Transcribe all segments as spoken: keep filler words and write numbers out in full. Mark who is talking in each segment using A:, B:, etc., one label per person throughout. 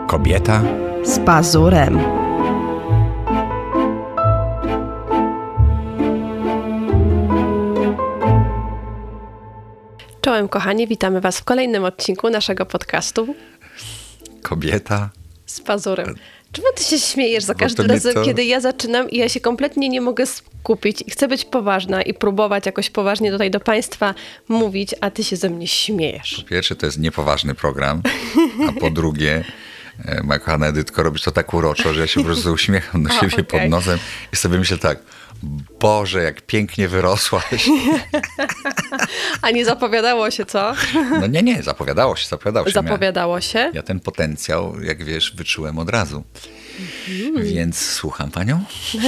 A: Kobieta
B: z pazurem. Czołem kochani, witamy Was w kolejnym odcinku naszego podcastu
A: Kobieta
B: z pazurem. Czemu ty się śmiejesz za każdym
A: to
B: razem,
A: to...
B: kiedy ja zaczynam i ja się kompletnie nie mogę skupić i chcę być poważna i próbować jakoś poważnie tutaj do Państwa mówić, a ty się ze mnie śmiejesz.
A: Po pierwsze, to jest niepoważny program, a po drugie, moja kochana Edytko, robisz to tak uroczo, że ja się po prostu uśmiecham do siebie
B: okay.
A: pod nosem i sobie myślę tak, Boże, jak pięknie wyrosłaś.
B: A nie zapowiadało się, co?
A: No nie, nie, zapowiadało się, zapowiadało się.
B: Zapowiadało się?
A: Ja ten potencjał, jak wiesz, wyczułem od razu. Mm. Więc słucham panią.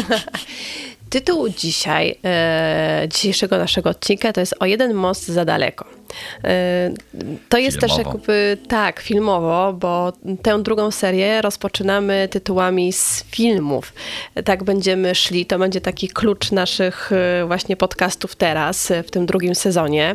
B: Tytuł dzisiaj, e, dzisiejszego naszego odcinka to jest O jeden most za daleko. E, to jest filmowo. Też jakby, tak, filmowo, bo tę drugą serię rozpoczynamy tytułami z filmów. Tak będziemy szli, to będzie taki klucz naszych właśnie podcastów teraz, w tym drugim sezonie.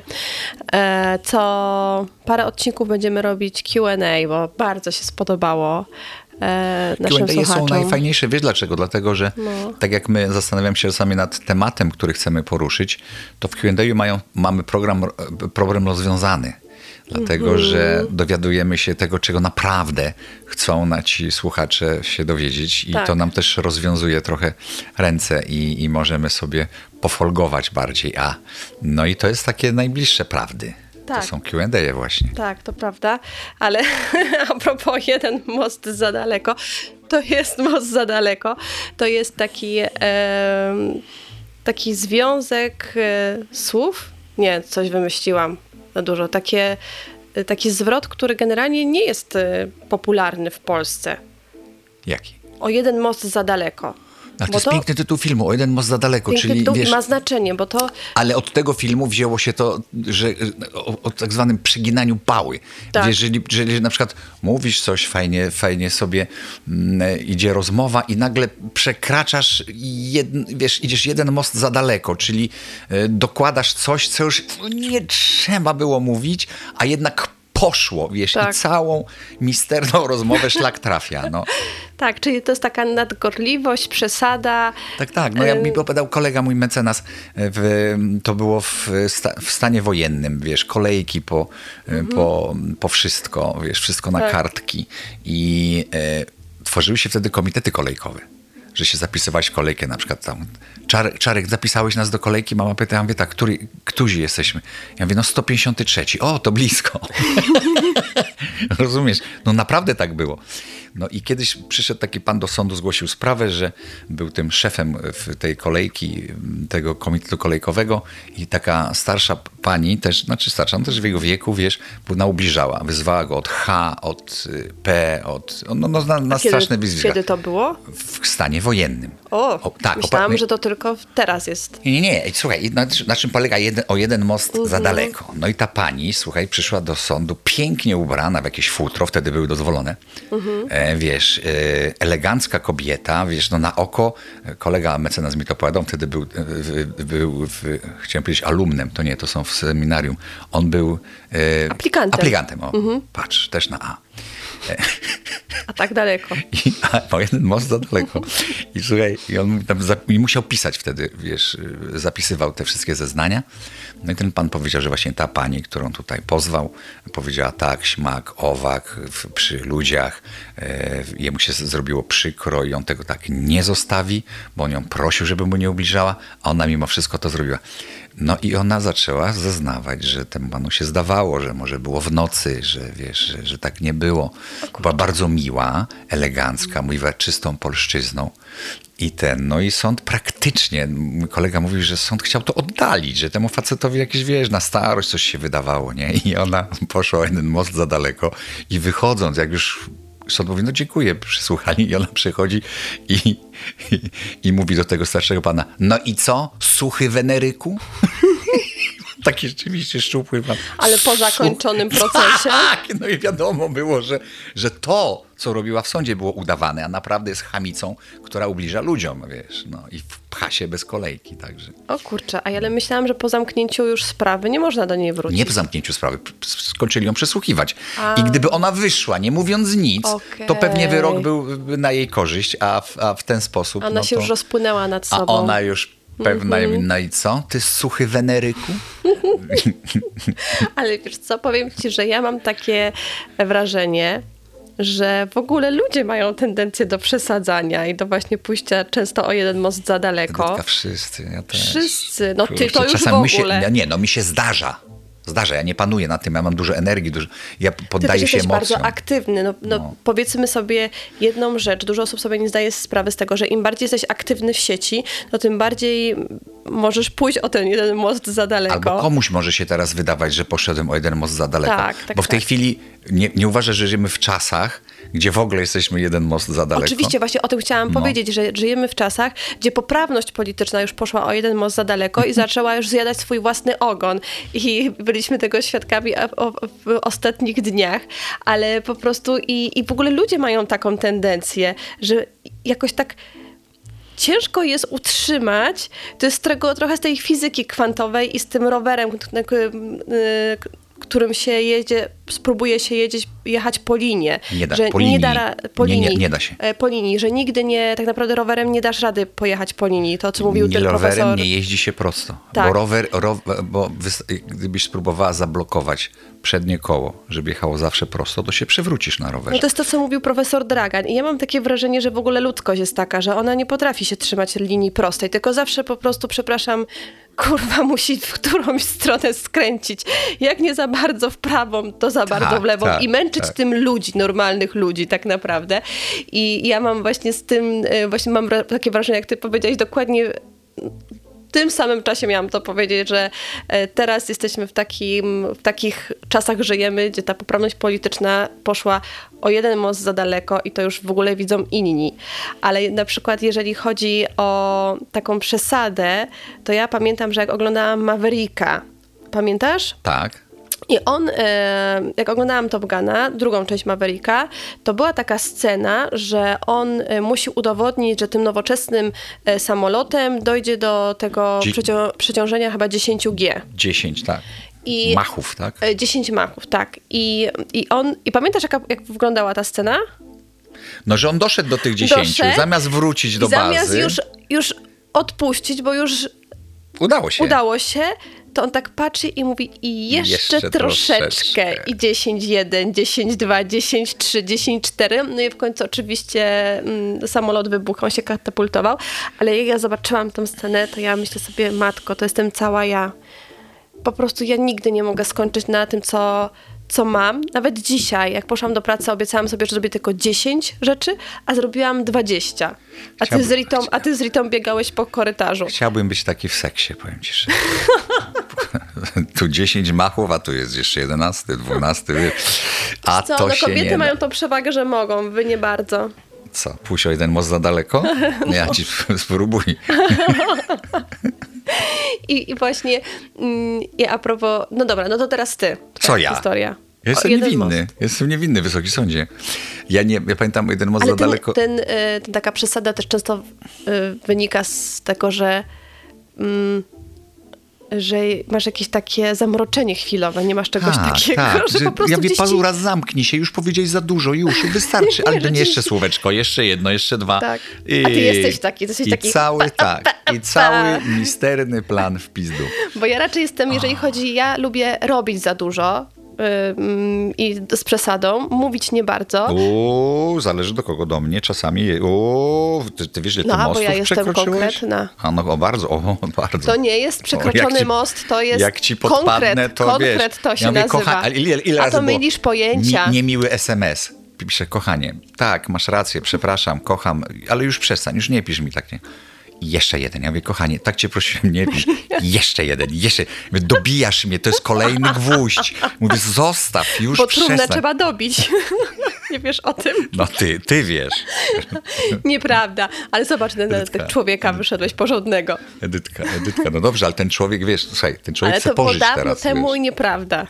B: E, co parę odcinków będziemy robić Q and A, bo bardzo się spodobało E, naszym
A: Q and A
B: słuchaczom.
A: są najfajniejsze. Wiesz dlaczego? Dlatego, że
B: no.
A: tak jak my zastanawiamy się czasami nad tematem, który chcemy poruszyć, to w Q and A mają, mamy program, problem rozwiązany. Dlatego, mm-hmm. że dowiadujemy się tego, czego naprawdę chcą nasi słuchacze się dowiedzieć i tak. to nam też rozwiązuje trochę ręce i, i możemy sobie pofolgować bardziej. A no i to jest takie najbliższe prawdy. Tak. To są Q and A właśnie.
B: Tak, to prawda, ale a propos jeden most za daleko, to jest most za daleko. To jest taki, e, taki związek e, słów. Nie, coś wymyśliłam za dużo. Takie, taki zwrot, który generalnie nie jest e, popularny w Polsce.
A: Jaki?
B: O jeden most za daleko.
A: A to jest to piękny tytuł filmu, O jeden most za daleko.
B: Piękny
A: czyli
B: tytuł
A: wiesz,
B: i ma znaczenie, bo to...
A: Ale od tego filmu wzięło się to, że o, o tak zwanym przyginaniu pały.
B: Tak.
A: Jeżeli, jeżeli na przykład mówisz coś fajnie, fajnie sobie mm, idzie rozmowa i nagle przekraczasz, jed, wiesz, idziesz jeden most za daleko, czyli y, dokładasz coś, co już nie trzeba było mówić, a jednak poszło, wiesz, tak. i całą misterną rozmowę szlak trafia, no.
B: Tak, czyli to jest taka nadgorliwość, przesada.
A: Tak, tak. No ja mi opowiadał kolega, mój mecenas, w, to było w, sta, w stanie wojennym, wiesz, kolejki po, mhm. po, po wszystko, wiesz, wszystko na tak. kartki i e, tworzyły się wtedy komitety kolejkowe. Że się zapisywałeś w kolejkę, na przykład tam, Czarek, Czarek, zapisałeś nas do kolejki? Mama pyta, ja mówię tak, który, którzy jesteśmy? Ja mówię, no sto pięćdziesiąty trzeci. O, to blisko. Rozumiesz? No naprawdę tak było. No i kiedyś przyszedł taki pan do sądu, zgłosił sprawę, że był tym szefem w tej kolejki, tego komitetu kolejkowego i taka starsza pani, też, znaczy starsza, no też w jego wieku, wiesz, naubliżała. Wyzwała go od H, od P, od, no, no na, na straszne wyzwiska.
B: Kiedy to było?
A: W stanie wojennym.
B: O,
A: o tak,
B: myślałam,
A: opa-
B: że to tylko teraz jest.
A: Nie, nie, nie. Słuchaj, na, na czym polega jeden, o jeden most mm-hmm. za daleko. No i ta pani, słuchaj, przyszła do sądu pięknie ubrana w jakieś futro, wtedy były dozwolone. Mm-hmm. E, wiesz, e, elegancka kobieta, wiesz, no na oko, kolega mecenas mi to opowiadał, wtedy był, w, był w, chciałem powiedzieć alumnem, to nie, to są w seminarium. On był e,
B: aplikantem.
A: Aplikantem, o,
B: mm-hmm.
A: patrz, też na A.
B: A tak daleko.
A: I, a, o jeden most za daleko. I słuchaj, i on tam za, i musiał pisać wtedy, wiesz, zapisywał te wszystkie zeznania. No i ten pan powiedział, że właśnie ta pani, którą tutaj pozwał, powiedziała tak, śmak, owak, w, przy ludziach. E, jemu się zrobiło przykro i on tego tak nie zostawi, bo on ją prosił, żeby mu nie ubliżała, a ona mimo wszystko to zrobiła. No i ona zaczęła zeznawać, że temu panu się zdawało, że może było w nocy, że wiesz, że, że tak nie było. Była bardzo miła, elegancka, mówiła czystą polszczyzną. I ten, no i sąd praktycznie, mój kolega mówił, że sąd chciał to oddalić, że temu facetowi jakieś, wiesz, na starość coś się wydawało, nie? I ona poszła o jeden most za daleko i wychodząc, jak już sąd mówi, no dziękuję, przysłuchali, i ona przychodzi i, i, i mówi do tego starszego pana, no i co, suchy weneryku? Taki rzeczywiście szczupły pan.
B: Ale po zakończonym procesie.
A: Tak, no i wiadomo było, że, że to, co robiła w sądzie, było udawane, a naprawdę jest chamicą, która ubliża ludziom, wiesz, no i pcha się bez kolejki, także.
B: O kurczę, a ja myślałam, że po zamknięciu już sprawy nie można do niej wrócić.
A: Nie po zamknięciu sprawy, skończyli ją przesłuchiwać.
B: A.
A: I gdyby ona wyszła, nie mówiąc nic,
B: Okej.
A: to pewnie wyrok był na jej korzyść, a w, a w ten sposób...
B: Ona
A: no
B: się
A: to,
B: już rozpłynęła nad
A: A
B: sobą.
A: ona już pewna,
B: Mhm.
A: no i co? Ty suchy weneryku?
B: Ale wiesz co, powiem ci, że ja mam takie wrażenie, że w ogóle ludzie mają tendencję do przesadzania i do właśnie pójścia często o jeden most za daleko.
A: Edytka, wszyscy, ja też.
B: Wszyscy, no ty
A: Kurczę,
B: to już w
A: czasami mi się,
B: ogóle.
A: Nie, no mi się zdarza. Zdarza, ja nie panuję na tym, ja mam dużo energii, dużo, ja
B: Ty też
A: poddaję się
B: jesteś
A: emocjom.
B: bardzo aktywny. No, no,
A: No.
B: Powiedzmy sobie jedną rzecz. Dużo osób sobie nie zdaje sprawy z tego, że im bardziej jesteś aktywny w sieci, no tym bardziej możesz pójść o ten jeden most za daleko.
A: Albo komuś może się teraz wydawać, że poszedłem o jeden most za daleko.
B: Tak, tak,
A: Bo w tej
B: tak.
A: chwili nie, nie uważasz, że żyjemy w czasach, gdzie w ogóle jesteśmy jeden most za daleko?
B: Oczywiście, właśnie o tym chciałam
A: No.
B: powiedzieć, że żyjemy w czasach, gdzie poprawność polityczna już poszła o jeden most za daleko i zaczęła już zjadać swój własny ogon. I byliśmy tego świadkami o- o- w ostatnich dniach. Ale po prostu i, i w ogóle ludzie mają taką tendencję, że jakoś tak ciężko jest utrzymać, to jest z tego, trochę z tej fizyki kwantowej i z tym rowerem, k- k- y, k- którym się jedzie, spróbuje się jeździć, jechać po linie.
A: Nie da,
B: że
A: po linii.
B: Nie da, ra- po
A: Nie, nie,
B: linii.
A: nie da się.
B: E, Po linii, że nigdy nie, tak naprawdę rowerem nie dasz rady pojechać po linii. To, co mówił
A: Nie,
B: ten
A: rowerem
B: profesor.
A: nie jeździ się prosto.
B: Tak.
A: Bo rower, ro, bo wys- gdybyś spróbowała zablokować przednie koło, żeby jechało zawsze prosto, to się przewrócisz na rowerze.
B: No to jest to, co mówił profesor Dragan. I ja mam takie wrażenie, że w ogóle ludzkość jest taka, że ona nie potrafi się trzymać linii prostej, tylko zawsze po prostu, przepraszam, kurwa musi w którąś stronę skręcić. Jak nie za bardzo w prawą, to za bardzo w lewą.
A: tak,
B: I męczyć
A: tak.
B: tym ludzi, normalnych ludzi tak naprawdę. I ja mam właśnie z tym, y, właśnie mam ra- takie wrażenie, jak ty powiedziałeś, dokładnie w tym samym czasie miałam to powiedzieć, że e, teraz jesteśmy w, takim, w takich czasach żyjemy, gdzie ta poprawność polityczna poszła o jeden most za daleko i to już w ogóle widzą inni. Ale na przykład jeżeli chodzi o taką przesadę, to ja pamiętam, że jak oglądałam Mavericka, pamiętasz?
A: Tak.
B: I on, e, jak oglądałam Top Guna, drugą część Mavericka, to była taka scena, że on e, musi udowodnić, że tym nowoczesnym e, samolotem dojdzie do tego
A: Dzi-
B: przecią- przeciążenia chyba dziesięć G.
A: dziesięć, tak.
B: I,
A: Machów, tak?
B: e, dziesięć machów, tak. I, i on, i pamiętasz, jaka, jak wyglądała ta scena?
A: No, że on doszedł do tych dziesięciu,
B: Doszedł
A: zamiast wrócić do
B: I zamiast
A: bazy,
B: już, już odpuścić, bo już
A: udało się.
B: udało się, to on tak patrzy i mówi i jeszcze,
A: Jeszcze
B: troszeczkę.
A: troszeczkę.
B: I dziesięć jeden, dziesięć dwa, dziesięć trzy, dziesięć cztery. No i w końcu oczywiście mm, samolot wybuchł, on się katapultował. Ale jak ja zobaczyłam tą scenę, to ja myślę sobie, matko, to jestem cała ja. Po prostu ja nigdy nie mogę skończyć na tym, co, co mam. Nawet dzisiaj, jak poszłam do pracy, obiecałam sobie, że zrobię tylko dziesięć rzeczy, a zrobiłam dwadzieścia. A ty,
A: Chciałbym-
B: z Ritą, a ty z Ritą biegałeś po korytarzu.
A: Chciałbym być taki w seksie, powiem ci szczerze. Tu dziesięć machów, a tu jest jeszcze jedenasty, dwunasty. A
B: Co,
A: to
B: no
A: się
B: kobiety
A: nie
B: mają
A: da.
B: tą przewagę, że mogą, wy nie bardzo.
A: Co, pójść o jeden most za daleko? No. Ja ci spróbuj.
B: I, i właśnie, mm, i a propos, no dobra, no to teraz ty.
A: Co
B: Twoja
A: ja?
B: Historia.
A: Ja jestem
B: O, jeden
A: niewinny.
B: most.
A: Jestem niewinny, Wysoki Sądzie. Ja nie, ja pamiętam jeden most
B: Ale
A: za
B: ten,
A: daleko.
B: ten, y, ten, taka przesada też często y, wynika z tego, że, mm, że masz jakieś takie zamroczenie chwilowe, nie masz czegoś
A: Tak,
B: takiego,
A: tak,
B: że po prostu
A: ja mówię,
B: gdzieś ci...
A: Pazu, raz zamknij się, już powiedziałeś za dużo, już, wystarczy. Ale
B: Nie,
A: to nie
B: że
A: jeszcze
B: gdzieś-
A: słóweczko, jeszcze jedno, jeszcze dwa.
B: Tak. A ty jesteś taki, ty jesteś
A: I
B: taki-
A: cały,
B: pa,
A: tak,
B: pa,
A: i
B: pa.
A: cały misterny plan w pizdu.
B: Bo ja raczej jestem, jeżeli chodzi, ja lubię robić za dużo y, mm, i z przesadą, mówić nie bardzo.
A: O, zależy do kogo, do mnie czasami. O, ty, ty wiesz, ile
B: No,
A: ty
B: bo
A: mostów
B: ja jestem
A: przekroczyłeś?
B: konkretna.
A: A no, o bardzo, o, bardzo.
B: To nie jest przekroczony
A: O, jak ci-
B: most, to jest
A: jak ci podpadnę,
B: konkret,
A: to
B: konkret
A: wiesz.
B: to się
A: ja mówię,
B: nazywa.
A: kocha- ale ile, ile
B: A
A: razy
B: to
A: było?
B: mylisz pojęcia.
A: Nie, niemiły es em es. Pisze, kochanie, tak, masz rację, przepraszam, kocham, ale już przestań, już nie pisz mi tak, nie. I jeszcze jeden. Ja mówię, kochanie, tak cię prosiłem, nie pisz. Jeszcze jeden, jeszcze. Mówię, dobijasz mnie, to jest kolejny gwóźdź. Mówię, zostaw, już
B: Bo
A: przestań.
B: trumnę trzeba dobić. Nie wiesz o tym?
A: No ty, ty wiesz.
B: Nieprawda, ale zobacz, na tego człowieka wyszedłeś porządnego.
A: Edytka, Edytka, no dobrze, ale ten człowiek, wiesz, słuchaj, ten człowiek
B: Ale
A: chce
B: to było
A: pożyć
B: dawno
A: teraz.
B: temu
A: wiesz.
B: i nieprawda.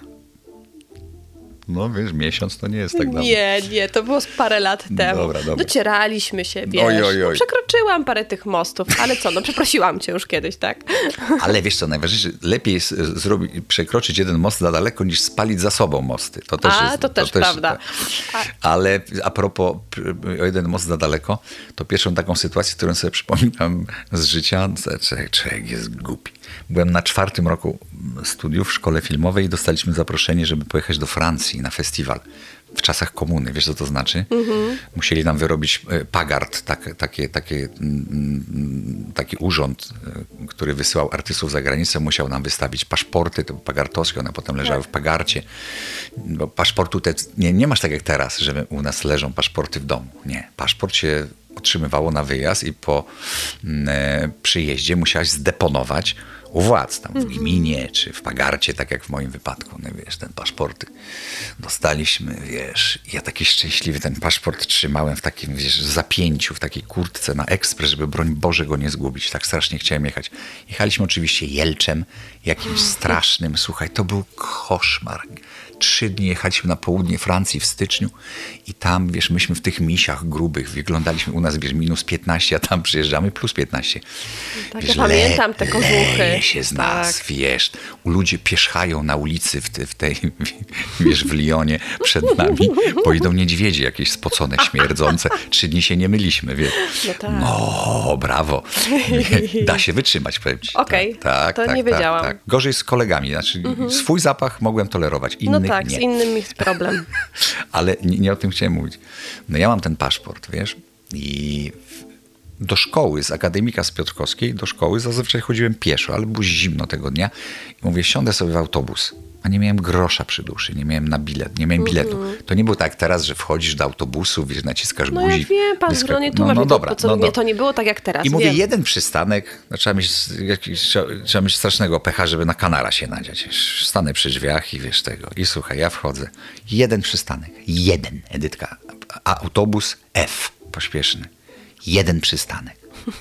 A: No wiesz, miesiąc to nie jest tak dawno.
B: Nie, nie, to było z parę lat temu.
A: Dobra, dobra.
B: Docieraliśmy się, wiesz.
A: Oj, oj, oj.
B: No, przekroczyłam parę tych mostów, ale co, no przeprosiłam cię już kiedyś, tak?
A: Ale wiesz co, najważniejsze, lepiej jest zrobić, przekroczyć jeden most za daleko, niż spalić za sobą mosty. To też
B: A,
A: jest,
B: to też prawda.
A: Ale a propos o jeden most za daleko, to pierwszą taką sytuację, którą sobie przypominam z życia, człowiek, człowiek jest głupi. Byłem na czwartym roku studiów w szkole filmowej i dostaliśmy zaproszenie, żeby pojechać do Francji na festiwal. W czasach komuny, wiesz co to znaczy? Mm-hmm. Musieli nam wyrobić pagard, tak, takie, takie, taki urząd, który wysyłał artystów za granicę, musiał nam wystawić paszporty, to pagardowskie, one potem leżały tak w pagarcie. Bo paszportu te, nie, nie masz tak jak teraz, że u nas leżą paszporty w domu. Nie, paszport się otrzymywało na wyjazd i po e, przyjeździe musiałaś zdeponować u władz, tam w gminie czy w pagarcie, tak jak w moim wypadku, no wiesz, ten paszporty dostaliśmy, wiesz, ja taki szczęśliwy ten paszport trzymałem w takim, wiesz, zapięciu, w takiej kurtce na ekspres, żeby broń Boże go nie zgubić, tak strasznie chciałem jechać. Jechaliśmy oczywiście Jelczem, jakimś strasznym, słuchaj, to był koszmar. Trzy dni jechaliśmy na południe Francji w styczniu i tam, wiesz, myśmy w tych misiach grubych wyglądaliśmy, u nas, wiesz, minus piętnaście, a tam przyjeżdżamy plus piętnaście.
B: Tak,
A: wiesz,
B: ja pamiętam te kożuchy.
A: Leje się z nas,
B: tak.
A: wiesz. Ludzie pierzchają na ulicy w, te, w tej, wiesz, w Lyonie przed nami, bo idą niedźwiedzie jakieś spocone, śmierdzące. Trzy dni się nie myliśmy, wiesz. No, tak. No brawo. Da się wytrzymać, powiem ci.
B: Okej, okay,
A: tak,
B: to
A: tak,
B: nie
A: tak,
B: wiedziałam.
A: Tak. Gorzej z kolegami, znaczy mm-hmm. swój zapach mogłem tolerować, innych
B: no tak,
A: nie.
B: z innym jest problem.
A: Ale nie, nie o tym chciałem mówić. No ja mam ten paszport, wiesz, i do szkoły, z akademika z Piotrkowskiej, do szkoły zazwyczaj chodziłem pieszo, ale było zimno tego dnia i mówię, siądę sobie w autobus. A nie miałem grosza przy duszy, nie miałem na bilet, nie miałem biletu. Mm-hmm. To nie było tak teraz, że wchodzisz do autobusu, wiesz, naciskasz
B: no
A: guzik.
B: No ja wiem, pan
A: wyskak...
B: no nie tłumacz
A: no, no
B: mi,
A: dobra,
B: to, co
A: no,
B: nie, to nie było tak jak teraz.
A: I mówię,
B: wiem.
A: jeden przystanek, no, trzeba, mieć, jakiś, trzeba, trzeba mieć strasznego pecha, żeby na kanara się nadziać. Stanę przy drzwiach i wiesz tego. I słuchaj, ja wchodzę. Jeden przystanek, jeden, Edytka. A autobus F, pośpieszny. Jeden przystanek.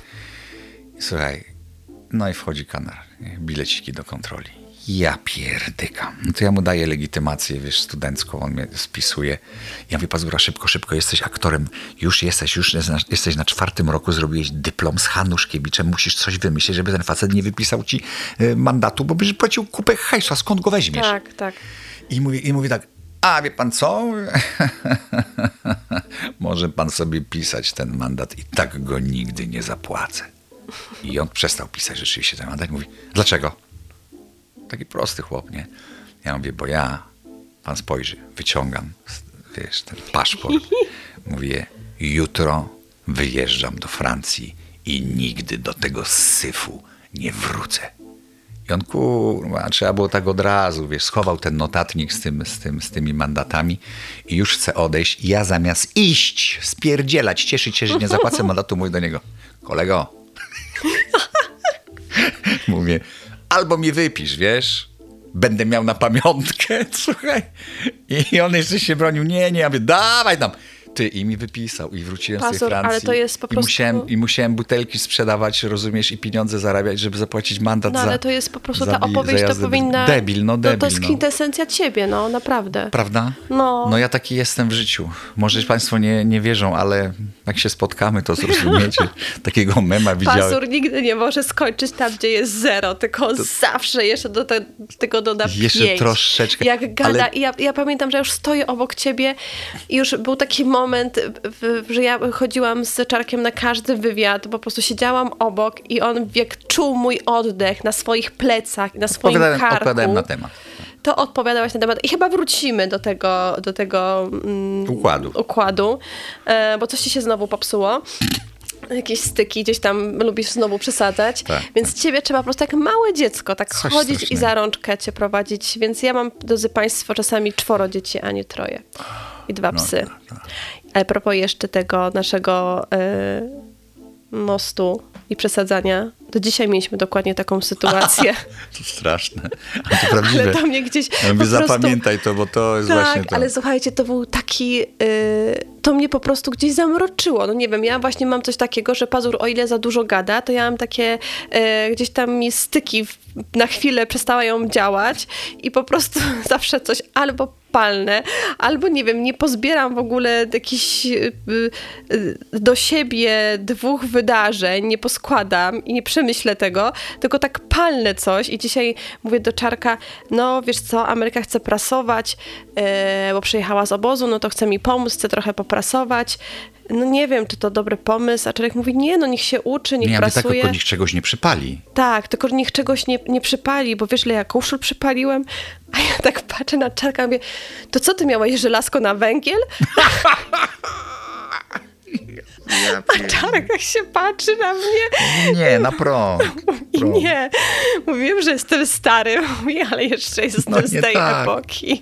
A: Słuchaj, no i wchodzi kanar, bileciki do kontroli. Ja pierdykam. No to ja mu daję legitymację, wiesz, studencką, on mnie spisuje. Ja mówię, Pazura, szybko, szybko, jesteś aktorem, już jesteś, już jesteś na czwartym roku, zrobiłeś dyplom z Hanuszkiewiczem, musisz coś wymyślić, żeby ten facet nie wypisał ci mandatu, bo byś płacił kupę hajsu, a skąd go weźmiesz?
B: Tak, tak.
A: I mówi, i mówi tak, a wie pan co? Może pan sobie pisać ten mandat i tak go nigdy nie zapłacę. I on przestał pisać rzeczywiście ten mandat i mówi, dlaczego? Taki prosty chłop, nie? Ja mówię, bo ja, pan spojrzy, wyciągam, wiesz, ten paszport. Mówię, jutro wyjeżdżam do Francji i nigdy do tego syfu nie wrócę. I on, kurwa, trzeba było tak od razu, wiesz, schował ten notatnik z, tym, z, tym, z tymi mandatami i już chce odejść. I ja zamiast iść, spierdzielać, cieszyć się, że nie zapłacę mandatu, mówię do niego, kolego, mówię, albo mi wypisz, wiesz, będę miał na pamiątkę, słuchaj. I on jeszcze się bronił, nie, nie, ja mówię, dawaj tam. Ty, i mi wypisał i wróciłem
B: Pasor,
A: z tej Francji.
B: ale to jest po
A: I
B: prostu...
A: musiałem, I musiałem butelki sprzedawać, rozumiesz, i pieniądze zarabiać, żeby zapłacić mandat
B: no,
A: za...
B: No ale to jest po prostu, ta
A: za,
B: opowieść to powinna...
A: Debil, no debil.
B: No, to jest
A: no.
B: kwintesencja ciebie, no naprawdę.
A: Prawda?
B: No.
A: No ja taki jestem w życiu. Może państwo nie, nie wierzą, ale jak się spotkamy, to zrozumiecie. Takiego mema widziałem.
B: Pasur nigdy nie może skończyć tam, gdzie jest zero, tylko on to... zawsze jeszcze do te, tego doda
A: Jeszcze
B: pięć.
A: troszeczkę.
B: Jak gada.
A: Ale...
B: I ja, ja pamiętam, że już stoję obok ciebie i już był taki moment, w, że ja chodziłam z Czarkiem na każdy wywiad, po prostu siedziałam obok i on jak czuł mój oddech na swoich plecach, na swoim
A: Opowiadałem,
B: karku.
A: opowiadałem na temat.
B: To odpowiadałeś na temat. I chyba wrócimy do tego, do tego mm,
A: układu,
B: układu e, bo coś ci się znowu popsuło. Jakieś styki gdzieś tam lubisz znowu przesadzać. Tak, więc tak. Ciebie trzeba po prostu jak małe dziecko tak coś chodzić strasznego. I za rączkę cię prowadzić. Więc ja mam, drodzy państwo, czasami czworo dzieci, a nie troje. I dwa psy. No, no, no. Ale a propos jeszcze tego naszego y, mostu i przesadzania. Do dzisiaj mieliśmy dokładnie taką sytuację.
A: To straszne. Ale to prawdziwe.
B: Ale to mnie gdzieś
A: Ja mówię,
B: po prostu...
A: zapamiętaj to, bo to jest
B: tak,
A: właśnie to.
B: ale słuchajcie, to był taki... Yy, to mnie po prostu gdzieś zamroczyło. No nie wiem, ja właśnie mam coś takiego, że Pazur o ile za dużo gada, to ja mam takie... Yy, gdzieś tam mi styki w, na chwilę przestają działać i po prostu zawsze coś albo palne, albo nie wiem, nie pozbieram w ogóle jakichś y, y, do siebie dwóch wydarzeń, nie poskładam i nie przemyślę tego, tylko tak palne coś i dzisiaj mówię do Czarka, no wiesz co, Ameryka chce prasować, y, bo przyjechała z obozu, no to chce mi pomóc, chce trochę poprasować. No nie wiem, czy to dobry pomysł, a Czarek mówi, nie, no niech się uczy, niech
A: nie,
B: prasuje.
A: tak, tylko niech czegoś nie przypali.
B: Tak, tylko niech czegoś nie, nie przypali, bo wiesz, ile ja koszul przypaliłem? A ja tak patrzę na Czarka i mówię, to co ty miałeś, żelazko na węgiel?
A: Ja
B: A Czarek tak się patrzy na mnie.
A: Nie, na prąd.
B: I
A: prąd.
B: nie, mówiłem, że jestem stary, mówię, ale jeszcze jestem
A: No
B: z
A: nie
B: tej
A: tak.
B: epoki.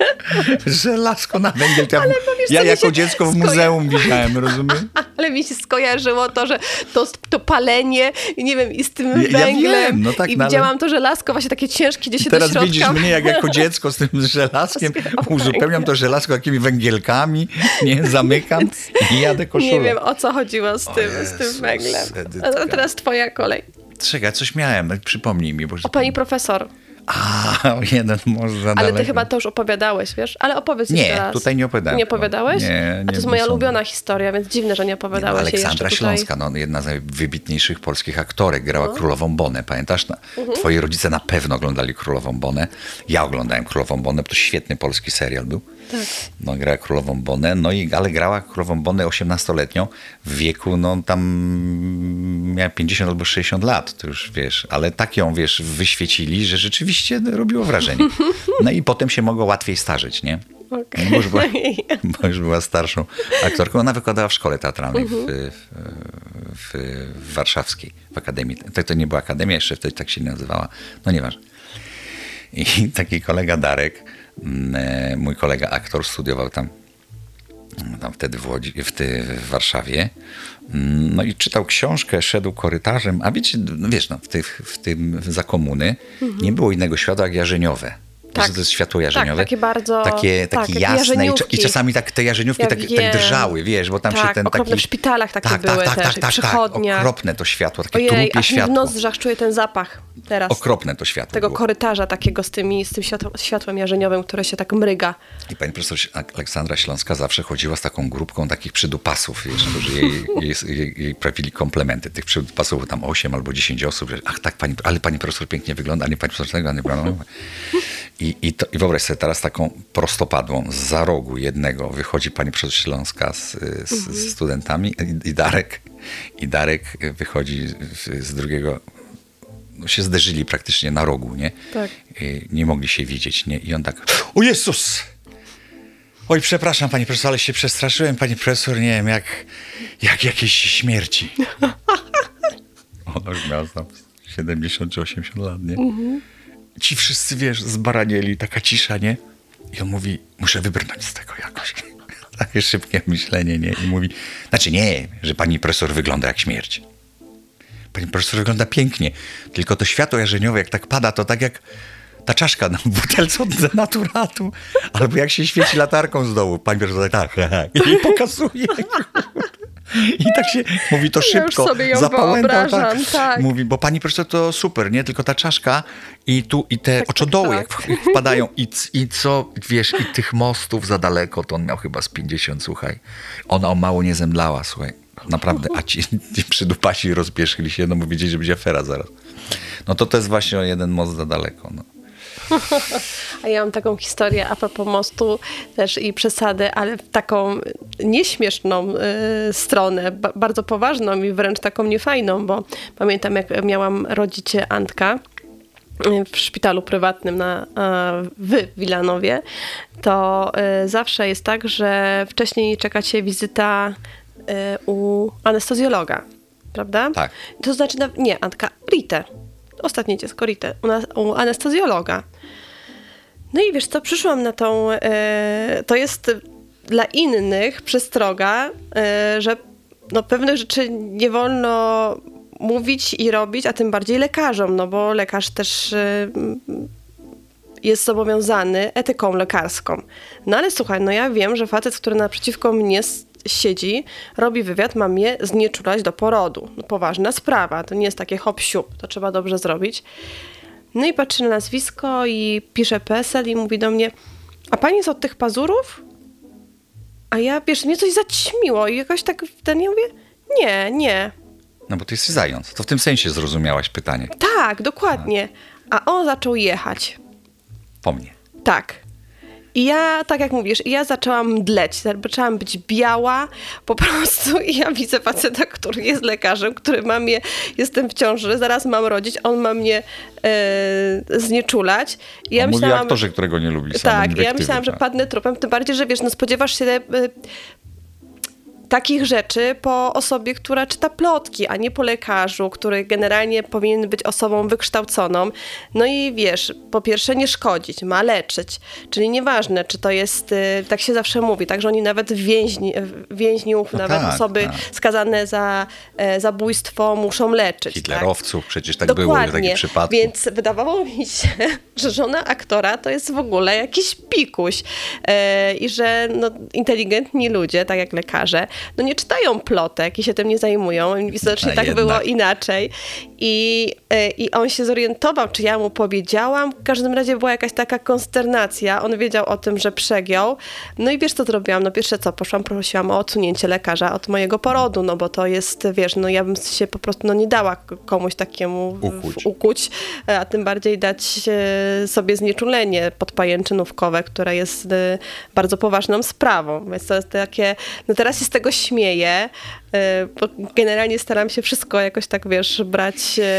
A: Żelazko na węgiel. To ja,
B: Ale bo wiesz,
A: ja
B: co mi
A: jako
B: się
A: dziecko w
B: skoja-
A: muzeum widziałem, rozumiesz?
B: Ale mi się skojarzyło to, że to, to palenie, i nie wiem, i z tym
A: Ja- ja
B: węglem.
A: wiem, no tak,
B: I
A: no ale-
B: widziałam to żelazko właśnie takie ciężkie, gdzie się
A: Teraz
B: do środka...
A: widzisz mnie jak jako dziecko z tym żelazkiem, uzupełniam to żelazko jakimi węgielkami, nie, zamykam i jadę koszulą.
B: Nie wiem, o co chodziło z tym, z
A: Jezus,
B: tym węglem.
A: Edytka.
B: A teraz twoja kolej.
A: Czekaj, coś miałem, przypomnij mi. Bo...
B: O pani profesor.
A: A, jeden może za
B: Ale
A: daleko.
B: ty chyba to już opowiadałeś, wiesz? Ale opowiedz
A: Nie,
B: jeszcze raz.
A: tutaj nie opowiadałem.
B: Nie opowiadałeś?
A: Nie, nie,
B: A to jest
A: nie
B: moja
A: sądzę.
B: ulubiona historia, więc dziwne, że nie
A: Nie, no,
B: opowiadałeś jej
A: Aleksandra
B: jeszcze tutaj.
A: Śląska, no, jedna z najwybitniejszych polskich aktorek, grała
B: No.
A: Królową Bonę. Pamiętasz? No,
B: Mhm.
A: Twoi rodzice na pewno oglądali Królową Bonę. Ja oglądałem Królową Bonę, bo to świetny polski serial był.
B: Tak.
A: No, grała Królową Bonę, no i, ale grała Królową Bonę osiemnastoletnią w wieku, no tam miała pięćdziesiąt albo sześćdziesiąt lat, to już wiesz, ale tak ją, wiesz, wyświecili, że rzeczywiście no, robiło wrażenie. No i potem się mogło łatwiej starzeć, nie?
B: Okay.
A: No, bo, już była, bo już była starszą aktorką. Ona wykładała w szkole teatralnej w, w, w, w warszawskiej, w akademii. To, to nie była akademia, jeszcze wtedy tak się nie nazywała. No nieważne. I taki kolega Darek, mój kolega aktor, studiował tam, tam wtedy w Łodzi, w, ty, w Warszawie. No i czytał książkę, szedł korytarzem, a wiecie, no wiesz, no, w, tych, w tym za komuny mhm. nie było innego światła jak jarzeniowe.
B: Tak.
A: Wiesz, to jest światło jarzeniowe.
B: Tak, takie bardzo...
A: Takie,
B: tak,
A: takie
B: takie
A: jasne i,
B: jarzeniówki.
A: i czasami tak, te jarzeniówki
B: Ja
A: tak, tak
B: wiem.
A: drżały, wiesz, bo tam
B: tak,
A: się ten
B: okropne
A: taki...
B: w szpitalach takie
A: tak,
B: były
A: tak, tak,
B: też,
A: tak,
B: i
A: tak,
B: przychodnia.
A: tak, okropne to światło, takie
B: Ojej,
A: trupie
B: aż mi w
A: światło.
B: nozdrzach czuję ten zapach teraz.
A: Okropne to światło
B: Tego
A: było.
B: korytarza takiego z, tymi, z tym światłem, światłem jarzeniowym, które się tak mryga.
A: I pani profesor Aleksandra Śląska zawsze chodziła z taką grupką takich przydupasów, wiesz, którzy jej, jej, jej, jej prawili komplementy. Tych przydupasów było tam osiem albo dziesięć osób. Że, ach tak, pani, ale pani profesor pięknie wygląda, a nie pani profesor tego, a nie pani... I, i, to, I wyobraź sobie teraz taką prostopadłą, za rogu jednego wychodzi pani profesor Śląska z, z,
B: Mhm.
A: z studentami i, i Darek i Darek wychodzi z drugiego, no się zderzyli praktycznie na rogu, nie?
B: Tak.
A: I nie mogli się widzieć, nie? I on tak, o Jezus! Oj, przepraszam pani profesor, ale się przestraszyłem, pani profesor, nie wiem, jak, jak jakiejś śmierci. Ona już miała tam siedemdziesiąt czy osiemdziesiąt lat, nie? Mhm. Ci wszyscy, wiesz, zbaranieli, taka cisza, nie? I on mówi, muszę wybrnąć z tego jakoś. Takie szybkie myślenie, nie? I mówi, znaczy nie, że pani profesor wygląda jak śmierć. Pani profesor wygląda pięknie, tylko to światło jarzeniowe, jak tak pada, to tak jak ta czaszka na butelce od denaturatu, albo jak się świeci latarką z dołu. Pani profesor tak, tak, i pokazuje. I tak się, mówi to
B: Ja już
A: szybko,
B: sobie ją
A: zapałętał, tak.
B: wyobrażam, tak.
A: Mówi, bo pani profesor to super, nie? Tylko ta czaszka i tu, i te
B: Tak,
A: oczodoły,
B: tak, tak.
A: jak wpadają i, i co, wiesz, i tych mostów za daleko, to on miał chyba z pięćdziesiąt, słuchaj. Ona o mało nie zemdlała, słuchaj. Naprawdę, a ci, ci przydupasi rozpieszyli się, no bo wiedzieli, że będzie afera zaraz. No to to jest właśnie o jeden most za daleko, no.
B: A ja mam taką historię a propos mostu też i przesady, ale w taką nieśmieszną y, stronę, ba- bardzo poważną i wręcz taką niefajną, bo pamiętam jak miałam rodzić Antka y, w szpitalu prywatnym na, a, w Wilanowie, to y, zawsze jest tak, że wcześniej czeka cię wizyta y, u anestezjologa, prawda?
A: Tak.
B: To znaczy, na- nie, Antka, Ritę. Ostatnie dziecko, Ritę, u, nas, u anestezjologa. No i wiesz co, przyszłam na tą, e, to jest dla innych przestroga, e, że no, pewnych rzeczy nie wolno mówić i robić, a tym bardziej lekarzom, no bo lekarz też y, jest zobowiązany etyką lekarską. No ale słuchaj, no ja wiem, że facet, który naprzeciwko mnie siedzi, robi wywiad, ma mnie znieczulać do porodu. No, poważna sprawa, to nie jest takie hop siup, to trzeba dobrze zrobić. No i patrzy na nazwisko i pisze P E S E L i mówi do mnie, a pani jest od tych pazurów? A ja, wiesz, mnie coś zaćmiło i jakoś tak ten, ja mówię, nie, nie.
A: No bo ty jesteś zając. To w tym sensie zrozumiałaś pytanie.
B: Tak, dokładnie. A on zaczął jechać.
A: Po mnie.
B: Tak. I ja, tak jak mówisz, ja zaczęłam mdleć, zaczęłam być biała po prostu i ja widzę faceta, który jest lekarzem, który ma mnie, jestem w ciąży, zaraz mam rodzić, on ma mnie e, znieczulać. I ja
A: on
B: myślałam,
A: mówi aktorze, którego nie lubi.
B: Tak, ja myślałam, że padnę trupem, tym bardziej, że wiesz, no spodziewasz się e, takich rzeczy po osobie, która czyta plotki, a nie po lekarzu, który generalnie powinien być osobą wykształconą. No i wiesz, po pierwsze nie szkodzić, ma leczyć. Czyli nieważne, czy to jest, tak się zawsze mówi, tak, że oni nawet więźni, więźniów,
A: no
B: nawet
A: tak,
B: osoby
A: tak.
B: skazane za e, zabójstwo muszą leczyć.
A: Hitlerowców, tak? Przecież tak
B: Dokładnie.
A: było w takich przypadkach.
B: Więc wydawało mi się, że żona aktora to jest w ogóle jakiś pikuś e, i że no, inteligentni ludzie, tak jak lekarze, no nie czytają plotek i się tym nie zajmują. Widocznie
A: A
B: tak
A: jednak.
B: było inaczej. I, I on się zorientował, czy ja mu powiedziałam. W każdym razie była jakaś taka konsternacja. On wiedział o tym, że przegiął. No i wiesz, co zrobiłam? No pierwsze co, poszłam, prosiłam o odsunięcie lekarza od mojego porodu, no bo to jest, wiesz, no ja bym się po prostu no, nie dała komuś takiemu
A: Ukuć.
B: ukuć, a tym bardziej dać sobie znieczulenie podpajęczynówkowe, które jest bardzo poważną sprawą. Więc to jest takie, no teraz się z tego śmieję, bo generalnie staram się wszystko jakoś tak, wiesz, brać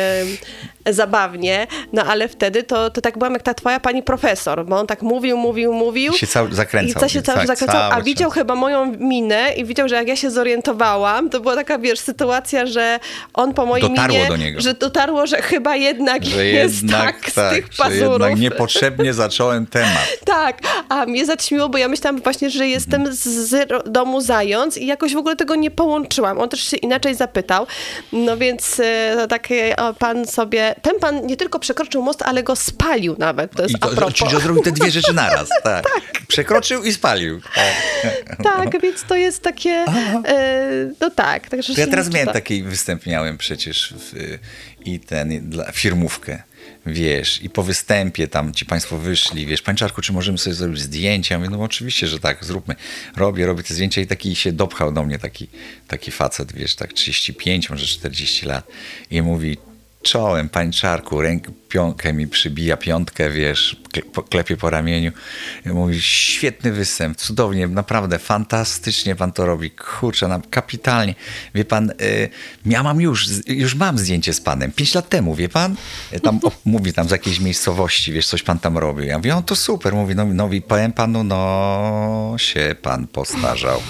B: e, zabawnie, no ale wtedy to, to tak byłam jak ta twoja pani profesor, bo on tak mówił, mówił, mówił.
A: I się cały zakręcał.
B: I co się cały
A: tak,
B: zakręcał,
A: cały
B: a widział
A: czas.
B: chyba moją minę i widział, że jak ja się zorientowałam, to była taka, wiesz, sytuacja, że on po mojej
A: Dotarło
B: minie,
A: do niego.
B: że dotarło, że chyba jednak
A: Że
B: jest
A: jednak,
B: tak, z
A: tak,
B: tych
A: że
B: pazurów.
A: jednak niepotrzebnie zacząłem temat.
B: Tak, a mnie zaćmiło, bo ja myślałam właśnie, że jestem z ro- domu zając i jakoś w ogóle tego nie połączyłam. On też się inaczej zapytał. No więc no tak o, pan sobie, ten pan nie tylko przekroczył most, ale go spalił nawet. To jest
A: I to,
B: a propos.
A: czyli, że zrobił te dwie rzeczy naraz. Tak. Przekroczył i spalił. Tak,
B: Tak, więc to jest takie, e, no tak. Także
A: To ja
B: się
A: teraz
B: nie
A: miałem
B: czyta.
A: taki występ, miałem przecież w, i ten, dla, firmówkę, wiesz, i po występie tam ci państwo wyszli, wiesz, panie Czarku, czy możemy sobie zrobić zdjęcia? Ja mówię, no oczywiście, że tak, zróbmy. Robię, robię te zdjęcia i taki się dopchał do mnie taki, taki facet, wiesz, tak trzydzieści pięć, może czterdzieści lat i mówi, czołem, panie Czarku, rękę, piątkę mi przybija, piątkę, wiesz, kle- klepie po ramieniu. I mówi, świetny występ, cudownie, naprawdę, fantastycznie pan to robi, kurczę, na, kapitalnie. Wie pan, y, ja mam już, już mam zdjęcie z panem, pięć lat temu, wie pan? Tam o, mówi tam z jakiejś miejscowości, wiesz, coś pan tam robił. Ja mówię, o to super, mówi, no, no i powiem panu, no się pan postarzał.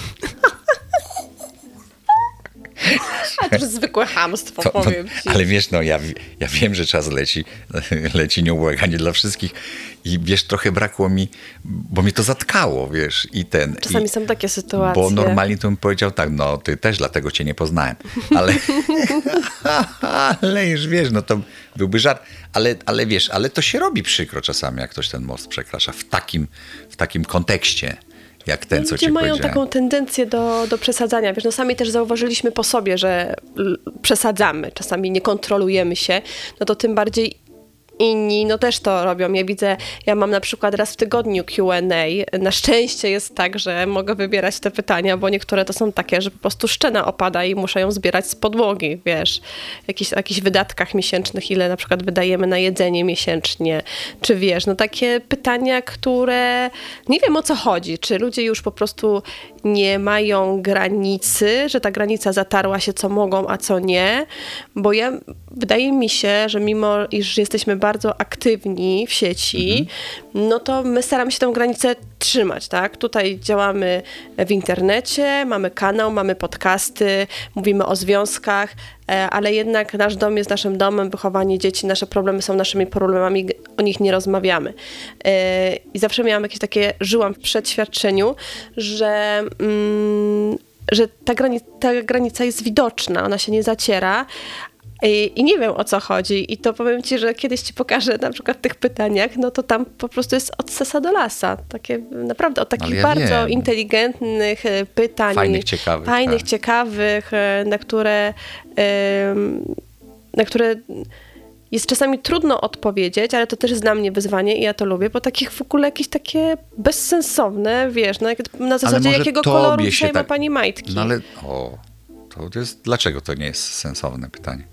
B: A to jest zwykłe chamstwo,
A: To, no,
B: powiem ci.
A: ale wiesz, no ja, ja wiem, że czas leci, leci nieubłaganie dla wszystkich i wiesz, trochę brakło mi, bo mnie to zatkało, wiesz, i ten...
B: Czasami
A: i,
B: są takie sytuacje.
A: Bo normalnie to bym powiedział tak, no ty też, dlatego cię nie poznałem, ale, ale już wiesz, no to byłby żart, ale, ale wiesz, ale to się robi przykro czasami, jak ktoś ten most przekracza w takim, w takim kontekście. Jak ten, co
B: Ludzie
A: ci
B: mają
A: powiedziałem.
B: taką tendencję do, do przesadzania. Wiesz, no sami też zauważyliśmy po sobie, że l- przesadzamy, czasami nie kontrolujemy się, no to tym bardziej inni no też to robią. Ja widzę, ja mam na przykład raz w tygodniu Q and A. Na szczęście jest tak, że mogę wybierać te pytania, bo niektóre to są takie, że po prostu szczena opada i muszę ją zbierać z podłogi, wiesz. Jakiś, jakichś wydatkach miesięcznych, ile na przykład wydajemy na jedzenie miesięcznie, czy wiesz, no takie pytania, które nie wiem o co chodzi, czy ludzie już po prostu nie mają granicy, że ta granica zatarła się, co mogą, a co nie, bo ja, wydaje mi się, że mimo iż jesteśmy bardzo aktywni w sieci, mhm. no to my staramy się tę granicę trzymać, tak? Tutaj działamy w internecie, mamy kanał, mamy podcasty, mówimy o związkach, ale jednak nasz dom jest naszym domem, wychowanie dzieci, nasze problemy są naszymi problemami, o nich nie rozmawiamy. I zawsze miałam jakieś takie, żyłam w przeświadczeniu, że, mm, że ta, grani- ta granica jest widoczna, ona się nie zaciera, I, I nie wiem, o co chodzi. I to powiem ci, że kiedyś ci pokażę na przykład w tych pytaniach, no to tam po prostu jest od sesa do lasa. Takie naprawdę od takich
A: ja
B: bardzo
A: wiem.
B: inteligentnych e, pytań.
A: Fajnych, ciekawych.
B: Fajnych,
A: tak.
B: ciekawych, e, na które... E, na które jest czasami trudno odpowiedzieć, ale to też jest dla mnie wyzwanie i ja to lubię, bo takich w ogóle jakieś takie bezsensowne, wiesz, na, na zasadzie
A: może
B: jakiego
A: tobie
B: koloru
A: się
B: dzisiaj ma
A: tak-
B: pani majtki.
A: No ale o, to jest, dlaczego to nie jest sensowne pytanie?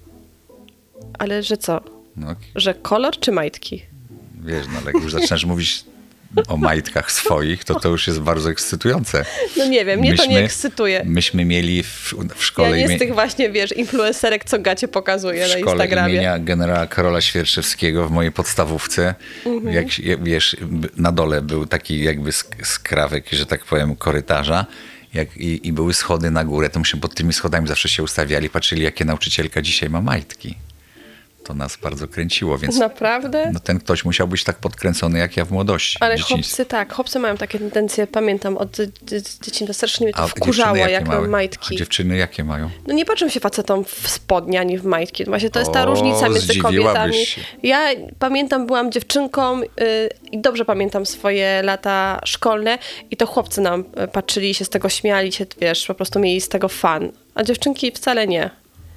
B: Ale że co?
A: No,
B: Że kolor czy majtki?
A: wiesz, no ale jak już zaczynasz mówić o majtkach swoich, to to już jest bardzo ekscytujące.
B: No nie wiem, mnie to nie ekscytuje.
A: Myśmy mieli w, w szkole...
B: Ja nie
A: imie-
B: z tych właśnie, wiesz, influencerek, co gacie pokazuje
A: w
B: na
A: szkole
B: Instagramie.
A: imienia generała Karola Świerczewskiego w mojej podstawówce,
B: Mhm.
A: jak się- wiesz, b- na dole był taki jakby sk- skrawek, że tak powiem, korytarza jak, i, i były schody na górę, to myśmy pod tymi schodami zawsze się ustawiali, patrzyli, jakie nauczycielka dzisiaj ma majtki. To nas bardzo kręciło, więc
B: Naprawdę?
A: no, ten ktoś musiał być tak podkręcony, jak ja w młodości.
B: Ale
A: w dzieciństwie.
B: chłopcy tak, chłopcy mają takie tendencje, pamiętam od dzie- dzie- dzieciństwa, strasznie mnie to
A: A
B: wkurzało,
A: dziewczyny
B: jak
A: jakie
B: mam
A: mają?
B: majtki.
A: A dziewczyny jakie mają?
B: No nie patrzę się facetom w spodnie ani w majtki. Właśnie to jest ta
A: O,
B: różnica między
A: zdziwiłabyś
B: kobietami.
A: się.
B: Ja pamiętam, byłam dziewczynką yy, i dobrze pamiętam swoje lata szkolne i to chłopcy nam y, patrzyli i się z tego śmiali, się, wiesz, po prostu mieli z tego fan. A dziewczynki wcale nie.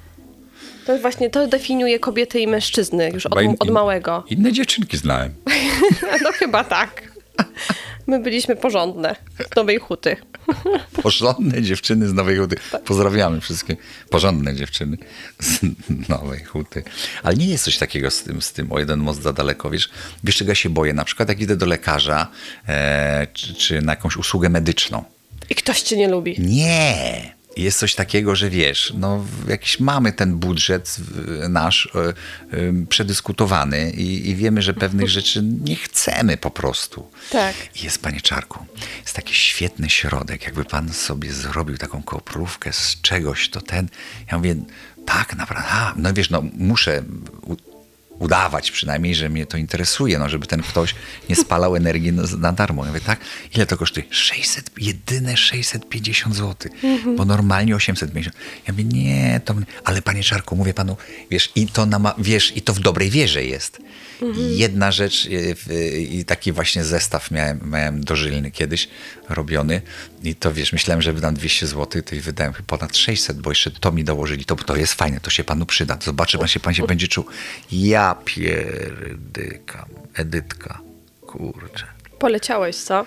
B: To właśnie, to definiuje kobiety i mężczyzny już od,
A: Chyba in-
B: od małego.
A: Inne dziewczynki znałem.
B: No chyba tak. My byliśmy porządne z Nowej Huty.
A: Porządne dziewczyny z Nowej Huty. Pozdrawiamy wszystkie porządne dziewczyny z Nowej Huty. Ale nie jest coś takiego z tym, z tym o jeden most za daleko. Wiesz, wiesz czego ja się boję? Na przykład jak idę do lekarza e, czy, czy na jakąś usługę medyczną.
B: I ktoś cię nie lubi.
A: Nie! Jest coś takiego, że wiesz, no jakiś mamy ten budżet w- nasz e, e, przedyskutowany i, i wiemy, że pewnych rzeczy nie chcemy po prostu.
B: Tak.
A: I jest, panie Czarku, jest taki świetny środek, jakby pan sobie zrobił taką koprówkę z czegoś, to ten, ja mówię, tak, naprawdę, a, no wiesz, no muszę u, udawać przynajmniej, że mnie to interesuje, no żeby ten ktoś nie spalał energii na, na darmo. Ja mówię, tak, ile to kosztuje? sześćset, jedyne sześćset pięćdziesiąt złotych, bo normalnie osiemset pięćdziesiąt. Ja mówię, nie, to, ale panie Czarku, mówię panu, wiesz, i to, nama, wiesz, i to w dobrej wierze jest. I jedna rzecz, y, w- i taki właśnie zestaw miałem, miałem dożylny kiedyś robiony i to wiesz, myślałem, że wydam dwieście złotych, to i wydałem ponad sześćset, bo jeszcze to mi dołożyli, to, to jest fajne, to się panu przyda, zobaczy pan się, pan się będzie czuł. Ja pierdykam, Edytka, kurczę.
B: Poleciałeś, co?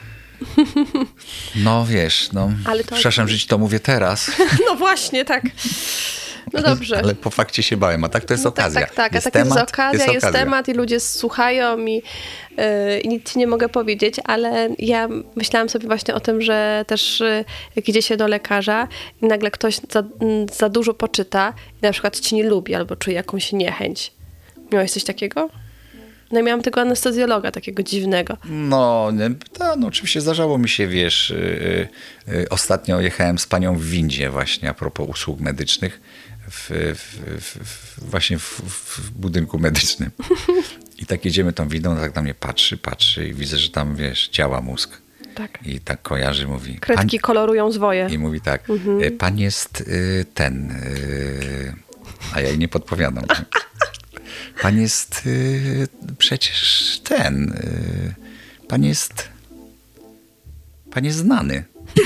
A: No wiesz, no,
B: Ale to-
A: przepraszam, że ci to mówię teraz,
B: No właśnie, tak. No dobrze.
A: ale po fakcie się bałem, a tak to jest
B: No
A: okazja.
B: Tak, tak, tak. A
A: Jest
B: tak
A: temat,
B: jest okazja, jest,
A: okazja.
B: temat i ludzie słuchają i, yy, i nic ci nie mogę powiedzieć, ale ja myślałam sobie właśnie o tym, że też yy, jak idzie się do lekarza i nagle ktoś za, mm, za dużo poczyta i na przykład ci nie lubi albo czuje jakąś niechęć. Miałeś coś takiego? No i miałam tego anestezjologa takiego dziwnego.
A: No, nie, to, no, oczywiście zdarzało mi się, wiesz, yy, yy, ostatnio jechałem z panią w windzie właśnie a propos usług medycznych w, w, w, w, właśnie w, w budynku medycznym. I tak jedziemy tą windą, ona tak na mnie patrzy, patrzy i widzę, że tam, wiesz, działa mózg.
B: Tak.
A: I tak kojarzy, mówi...
B: Kredki kolorują zwoje.
A: I mówi tak,
B: Mhm.
A: y, pan jest y, ten, y, a ja jej nie podpowiadam. Pan jest y, przecież ten, y, pan jest, pan jest znany.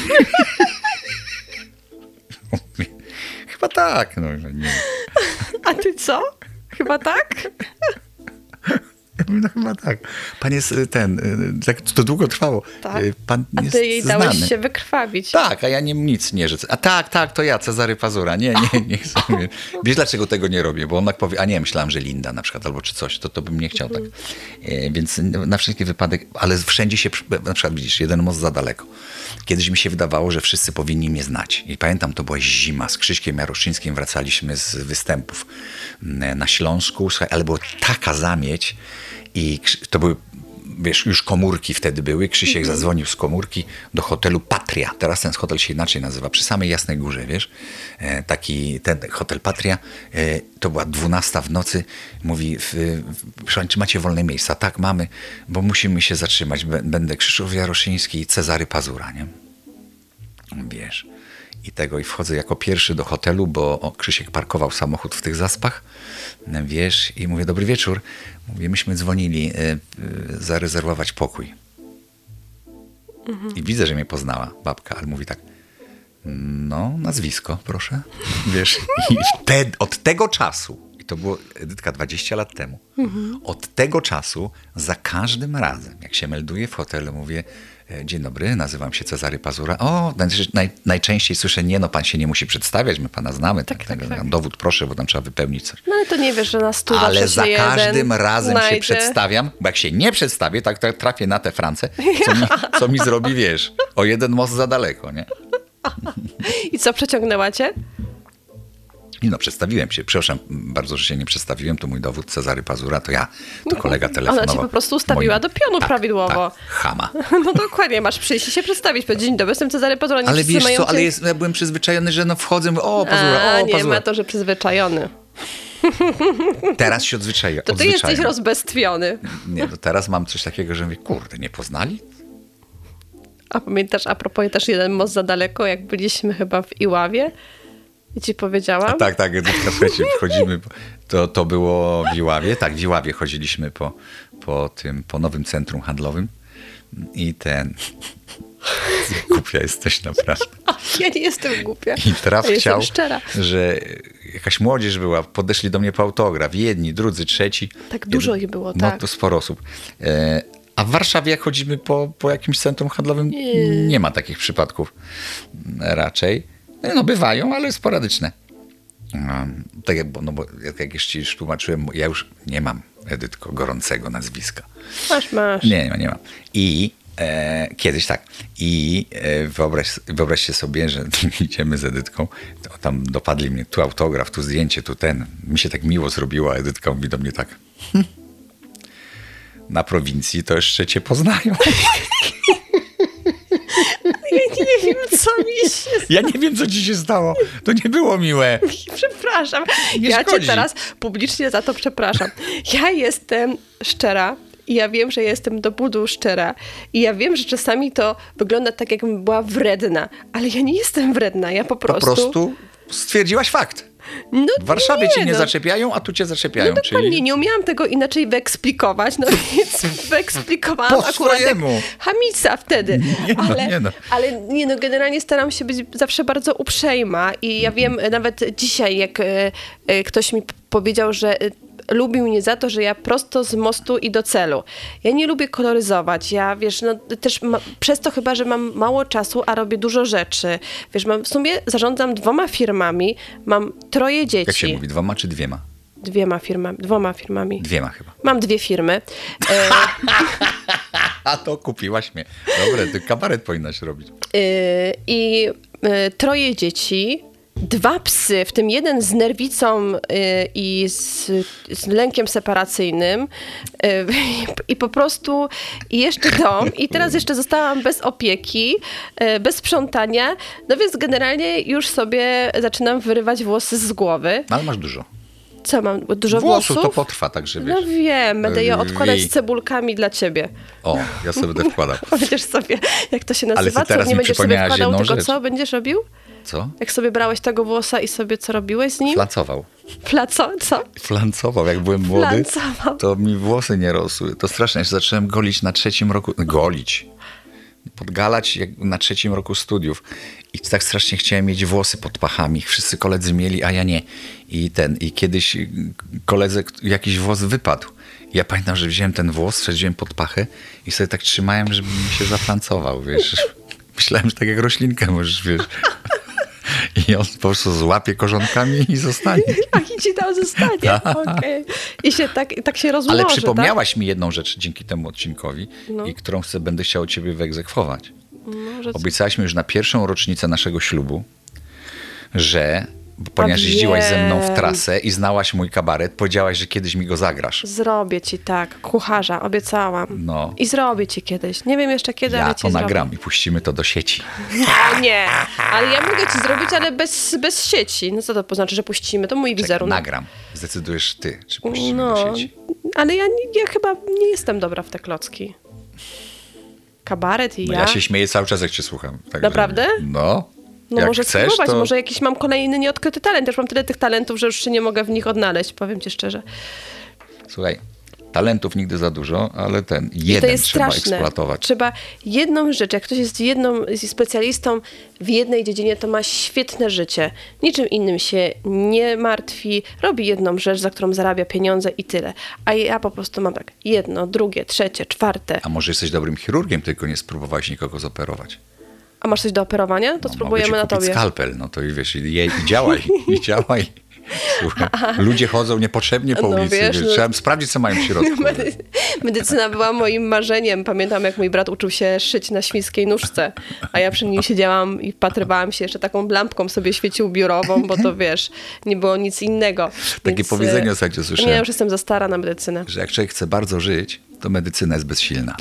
A: Mówię, chyba tak. No, nie.
B: A ty co? Chyba tak?
A: Ja mówię, no chyba tak. Pan jest y, ten, y, tak to długo trwało.
B: Tak.
A: Y, Pan
B: A
A: jest
B: ty jej
A: znany.
B: dałeś się wykrwawić.
A: Tak, a ja nie, nic nie życzę. A tak, tak, to ja, Cezary Pazura. Nie, nie, nie chcę. Wiesz, dlaczego tego nie robię? Bo on tak powie, a nie, myślałem, że Linda na przykład, albo czy coś, to, to bym nie chciał tak. E, więc na wszelki wypadek, ale wszędzie się, przy- na przykład widzisz, jeden most za daleko. Kiedyś mi się wydawało, że wszyscy powinni mnie znać. I pamiętam, to była zima, z Krzyśkiem Jaroszyńskim wracaliśmy z występów m, na Śląsku, słuchaj, ale była taka zamieć i Krzy- to były wiesz, już komórki wtedy były. Krzysiek zadzwonił z komórki do hotelu Patria. Teraz ten hotel się inaczej nazywa. Przy samej Jasnej Górze, wiesz. E, taki ten hotel Patria. E, to była dwunasta w nocy. Mówi, w, w, czy macie wolne miejsca? Tak, mamy, bo musimy się zatrzymać. Będę Krzysztof Jaroszyński i Cezary Pazura, nie? wiesz. I tego, i wchodzę jako pierwszy do hotelu, bo o, Krzysiek parkował samochód w tych zaspach, wiesz, i mówię, dobry wieczór. Mówię, myśmy dzwonili, y, y, zarezerwować pokój. Mhm. I widzę, że mnie poznała babka, ale mówi tak, no, nazwisko, proszę. Wiesz, i te, od tego czasu, i to było, Edytka, dwadzieścia lat temu, mhm. od tego czasu za każdym razem, jak się melduję w hotelu, mówię, dzień dobry, nazywam się Cezary Pazura. O, naj, najczęściej słyszę, nie no, pan się nie musi przedstawiać, my pana znamy. Tak, tak, tak, tak. Dowód proszę, bo tam trzeba wypełnić coś.
B: No ale to nie wiesz, że na stu
A: Ale za każdym
B: jeden
A: razem
B: znajdzie.
A: się przedstawiam, bo jak się nie przedstawię, tak, tak trafię na tę Francę, co mi, co mi zrobi, wiesz, o jeden most za daleko, nie?
B: I co, przeciągnęła cię?
A: I no, przedstawiłem się. Przepraszam bardzo, że się nie przedstawiłem. To mój dowód, Cezary Pazura, to ja, to kolega telefonował.
B: Ona cię po prostu ustawiła
A: moim...
B: do pionu tak, prawidłowo.
A: Tak, chama.
B: No dokładnie, masz przyjść i się przedstawić. Powiedzieć, dzień dobry, jestem Cezary Pazura. Nie
A: ale wiesz co,
B: cię...
A: ale jest, ja byłem przyzwyczajony, że no wchodzę, mówię, o, Pazura,
B: A,
A: o,
B: nie
A: Pazura.
B: ma to, że przyzwyczajony.
A: Teraz się odzwyczaiłem.
B: To ty jesteś rozbestwiony.
A: Nie, to teraz mam coś takiego, że mówię, kurde, nie poznali?
B: A pamiętasz, a propos też jeden most za daleko, jak byliśmy chyba w Iławie i ci powiedziałam?
A: A tak, tak, Edytka, słuchajcie, wchodzimy, to, to było w Iławie, tak, w Iławie chodziliśmy po, po tym, po nowym centrum handlowym i ten... Głupia jesteś naprawdę.
B: Ja nie jestem głupia.
A: I traf
B: ja
A: chciał,
B: szczera.
A: że jakaś młodzież była, podeszli do mnie po autograf, jedni, drudzy, trzeci.
B: Tak dużo ich było,
A: no,
B: tak.
A: to sporo osób. E, a w Warszawie jak chodzimy po, po jakimś centrum handlowym, nie. nie ma takich przypadków raczej. No bywają, ale sporadyczne. No, tak jak, no bo jak już ci już tłumaczyłem, ja już nie mam, Edytko, gorącego nazwiska.
B: Masz, masz.
A: Nie, nie, nie mam. I E, kiedyś tak. I e, wyobraź, wyobraźcie sobie, że idziemy z Edytką, to tam dopadli mnie tu autograf, tu zdjęcie, tu ten. Mi się tak miło zrobiło, a Edytka mówi do mnie tak. Hm, na prowincji to jeszcze cię poznają.
B: Ja nie wiem, co mi się stało.
A: Ja nie wiem, co ci się stało. To nie było miłe.
B: Przepraszam.
A: Nie
B: ja
A: szkodzi.
B: cię teraz publicznie za to przepraszam. Ja jestem szczera. I ja wiem, że jestem do bólu szczera. I ja wiem, że czasami to wygląda tak, jakbym była wredna. Ale ja nie jestem wredna. Ja po prostu...
A: Po prostu stwierdziłaś fakt.
B: No
A: w Warszawie
B: nie,
A: cię nie
B: no.
A: zaczepiają, a tu cię zaczepiają.
B: No dokładnie,
A: czyli...
B: nie umiałam tego inaczej wyeksplikować, no więc wyeksplikowałam
A: po
B: akurat
A: swojemu.
B: jak chamica wtedy.
A: Nie no,
B: ale,
A: nie no.
B: ale nie no, generalnie staram się być zawsze bardzo uprzejma i ja wiem, nawet dzisiaj, jak e, e, ktoś mi p- powiedział, że e, lubi mnie za to, że ja prosto z mostu i do celu. Ja nie lubię koloryzować. Ja, wiesz, no też ma, przez to chyba, że mam mało czasu, a robię dużo rzeczy. Wiesz, mam, w sumie zarządzam dwoma firmami, mam troje dzieci.
A: Jak się mówi, dwoma czy dwiema?
B: Dwiema firmami, dwoma firmami.
A: Dwiema chyba.
B: Mam dwie firmy. E,
A: A to kupiłaś mnie. Dobre, ty kabaret powinnaś robić.
B: e, I e, troje dzieci, dwa psy, w tym jeden z nerwicą y, i z, z lękiem separacyjnym y, i po prostu i jeszcze dom i teraz jeszcze zostałam bez opieki, y, bez sprzątania, no więc generalnie już sobie zaczynam wyrywać włosy z głowy.
A: No, ale masz dużo.
B: Co mam? Dużo
A: włosów?
B: włosów?
A: To potrwa, także wiesz.
B: No wiem, będę je odkładać
A: Wi-
B: z cebulkami dla ciebie.
A: O, ja sobie będę wkładał.
B: Będziesz sobie, jak to się nazywa?
A: Ale ty teraz
B: co, nie
A: mi
B: będziesz sobie
A: przypomniałaś
B: wkładał,
A: jedną
B: tylko
A: rzecz.
B: co będziesz robił?
A: Co?
B: Jak sobie brałeś tego włosa i sobie co robiłeś z nim?
A: Flancował.
B: Flaco, co?
A: Flancował. Jak byłem młody,
B: Flancował.
A: to mi włosy nie rosły. To straszne. Ja się zacząłem golić na trzecim roku. Golić. Podgalać jak na trzecim roku studiów. I tak strasznie chciałem mieć włosy pod pachami. Wszyscy koledzy mieli, a ja nie. I ten, i kiedyś koledze jakiś włos wypadł. Ja pamiętam, że wziąłem ten włos, wsadziłem pod pachę i sobie tak trzymałem, żeby mi się zaflancował, wiesz. Myślałem, że tak jak roślinkę możesz, wiesz. I on po prostu złapie korzonkami i zostanie.
B: A i ci tam zostanie. Okay. I się tak, tak się rozłoży.
A: Ale przypomniałaś tak? mi jedną rzecz dzięki temu odcinkowi,
B: no.
A: i którą chcę, będę chciał od ciebie wyegzekwować.
B: No, że...
A: Obiecałaś mi już na pierwszą rocznicę naszego ślubu, że ponieważ jeździłaś ze mną w trasę i znałaś mój kabaret, powiedziałaś, że kiedyś mi go zagrasz.
B: Zrobię ci tak, kucharza, obiecałam.
A: No.
B: I zrobię ci kiedyś. Nie wiem jeszcze kiedy,
A: ja
B: ale ci
A: to
B: zrobię.
A: nagram i puścimy to do sieci.
B: O nie, ale ja mogę ci zrobić, ale bez, bez sieci. No co to znaczy, że puścimy? To mój
A: Czekaj,
B: wizerunek.
A: nagram. Zdecydujesz ty, czy puścimy
B: No,
A: do sieci.
B: ale ja, ja chyba nie jestem dobra w te klocki. kabaret i
A: No,
B: ja.
A: ja się śmieję cały czas, jak cię słucham. Także,
B: Naprawdę?
A: No.
B: No
A: jak
B: może
A: chcesz,
B: spróbować,
A: to...
B: może jakiś mam kolejny nieodkryty talent. Ja już mam tyle tych talentów, że już się nie mogę w nich odnaleźć, powiem ci szczerze.
A: Słuchaj, talentów nigdy za dużo, ale ten
B: I
A: jeden
B: to jest
A: trzeba
B: straszne.
A: eksploatować.
B: Trzeba jedną rzecz, jak ktoś jest jedną jest specjalistą w jednej dziedzinie, to ma świetne życie. Niczym innym się nie martwi, robi jedną rzecz, za którą zarabia pieniądze i tyle. A ja po prostu mam tak jedno, drugie, trzecie, czwarte.
A: A może jesteś dobrym chirurgiem, tylko nie spróbowałeś nikogo zoperować.
B: A masz coś do operowania? To
A: No,
B: spróbujemy
A: mogę ci
B: na
A: kupić
B: tobie.
A: skalpel, no to i wiesz, i, i, i działaj, i działaj. Słuchaj, ludzie chodzą niepotrzebnie po
B: No
A: ulicy,
B: wiesz,
A: wiesz,
B: no-
A: trzeba sprawdzić, co mają w środku.
B: Medy- Medycyna była moim marzeniem. Pamiętam, jak mój brat uczył się szyć na świńskiej nóżce, a ja przy nim siedziałam i wpatrywałam się, jeszcze taką lampką sobie świecił biurową, bo to wiesz, nie było nic innego.
A: Takie
B: Więc,
A: powiedzenie
B: e,
A: ostatnio
B: Nie,
A: słyszałem,
B: ja już jestem za stara na medycynę.
A: że jak człowiek chce bardzo żyć, to medycyna jest bezsilna.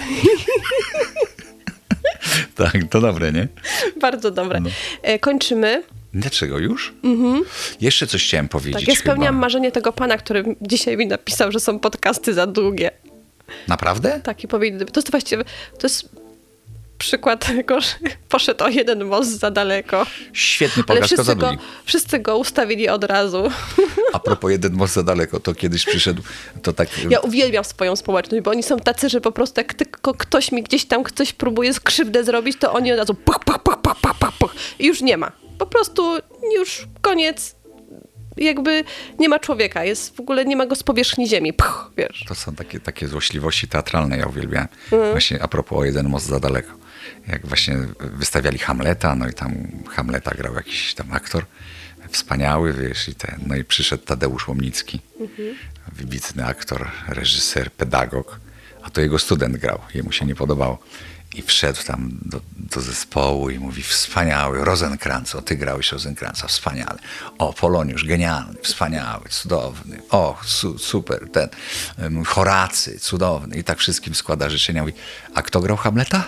A: Tak, to dobre, nie?
B: Bardzo dobre.
A: No.
B: E, Kończymy.
A: Dlaczego już? Mhm. Jeszcze coś chciałem powiedzieć.
B: Tak, ja spełniam
A: chyba.
B: marzenie tego pana, który dzisiaj mi napisał, że są podcasty za długie.
A: Naprawdę?
B: Tak, i powinny. To jest właściwie, to jest przykład tego, że poszedł o jeden most za daleko.
A: Świetny
B: Ale
A: podcast, tylko za
B: wszyscy go,
A: długi.
B: wszyscy go ustawili od razu.
A: A propos jeden most za daleko, to kiedyś przyszedł, to tak...
B: Ja uwielbiam swoją społeczność, bo oni są tacy, że po prostu jak tylko ktoś mi gdzieś tam coś próbuje skrzywdę zrobić, to oni od razu puch, puch, puch, puch, puch, puch, puch, i już nie ma. Po prostu już koniec. Jakby nie ma człowieka, jest w ogóle nie ma go z powierzchni ziemi. Puch, wiesz.
A: To są takie, takie złośliwości teatralne, ja uwielbiałem.
B: Mhm.
A: Właśnie a propos o jeden most za daleko. Jak właśnie wystawiali Hamleta, no i tam Hamleta grał jakiś tam aktor wspaniały, wiesz, i ten, no i przyszedł Tadeusz Łomnicki,
B: Mhm.
A: wybitny aktor, reżyser, pedagog, a to jego student grał, jemu się nie podobało. I wszedł tam do, do zespołu i mówi, wspaniały, Rosenkrantz, o ty grałeś Rosenkrantza, wspaniale. O, Poloniusz, genialny, wspaniały, cudowny. O, su, super, ten, um, Horacy, cudowny. I tak wszystkim składa życzenia. Mówi, a kto grał Hamleta?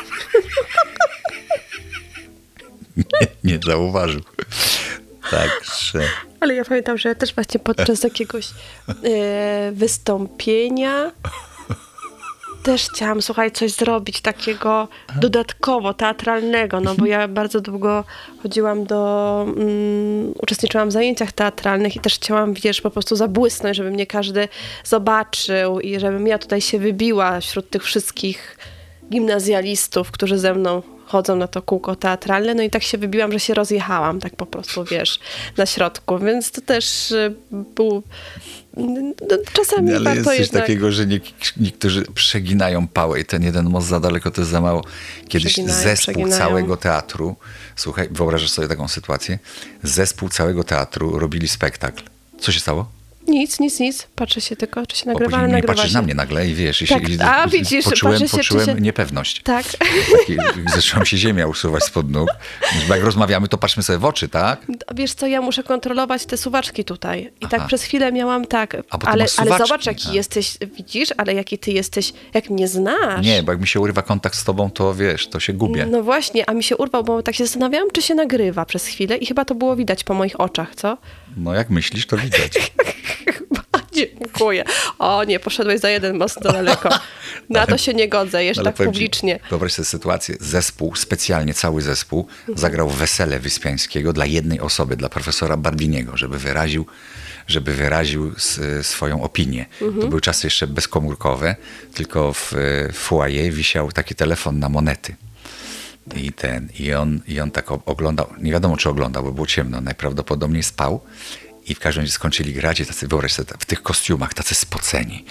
A: nie, nie zauważył. Także...
B: Ale ja pamiętam, że też właśnie podczas jakiegoś e, wystąpienia też chciałam, słuchaj, coś zrobić takiego dodatkowo, teatralnego, no bo ja bardzo długo chodziłam do, um, uczestniczyłam w zajęciach teatralnych i też chciałam, wiesz, po prostu zabłysnąć, żeby mnie każdy zobaczył i żebym ja tutaj się wybiła wśród tych wszystkich gimnazjalistów, którzy ze mną chodzą na to kółko teatralne, no i tak się wybiłam, że się rozjechałam, tak po prostu, wiesz, na środku, więc to też y, był no, czasami
A: Ale
B: warto
A: jest coś
B: jednak...
A: takiego, że nie, niektórzy przeginają pałę i ten jeden most za daleko to jest za mało. Kiedyś
B: Przeginają,
A: zespół
B: przeginają.
A: całego teatru, słuchaj, wyobrażasz sobie taką sytuację, zespół całego teatru robili spektakl. Co się stało?
B: Nic, nic, nic. Patrzę się tylko, czy się
A: Bo
B: nagrywa,
A: później
B: ale
A: nie
B: nagrywa
A: patrzysz
B: się.
A: na mnie nagle i wiesz, i
B: Tak,
A: się, i,
B: a,
A: i,
B: widzisz,
A: poczułem,
B: patrzę się, czy
A: poczułem
B: się-
A: niepewność.
B: Tak.
A: Taki, zaczęła mi się ziemia usuwać spod nóg. Bo jak rozmawiamy, to patrzmy sobie w oczy, tak?
B: Wiesz co, ja muszę kontrolować te suwaczki tutaj. I
A: Aha.
B: tak przez chwilę miałam tak,
A: A, bo ty
B: ale,
A: masz
B: ale
A: suwaczki,
B: zobacz jaki
A: a.
B: jesteś, widzisz, ale jaki ty jesteś, jak mnie znasz.
A: Nie, bo jak mi się urywa kontakt z tobą, to wiesz, to się gubię.
B: No właśnie, a mi się urwał, bo tak się zastanawiałam, czy się nagrywa przez chwilę i chyba to było widać po moich oczach, co?
A: No jak myślisz, to widać.
B: Chyba, dziękuję. O nie, poszedłeś za jeden most za daleko. Na to się nie godzę, jeszcze
A: Ale
B: tak
A: powiem ci,
B: publicznie.
A: Wyobraź sobie sytuację. Zespół, specjalnie cały zespół, zagrał Wesele Wyspiańskiego dla jednej osoby, dla profesora Bardiniego, żeby wyraził, żeby wyraził s, swoją opinię. To były czasy jeszcze bezkomórkowe, tylko w, w foyer wisiał taki telefon na monety. I, ten, i, on, I on tak oglądał, nie wiadomo czy oglądał, bo było ciemno, najprawdopodobniej spał. I w każdym razie skończyli grać i tacy, wyobraź sobie, w tych kostiumach, tacy spoceni.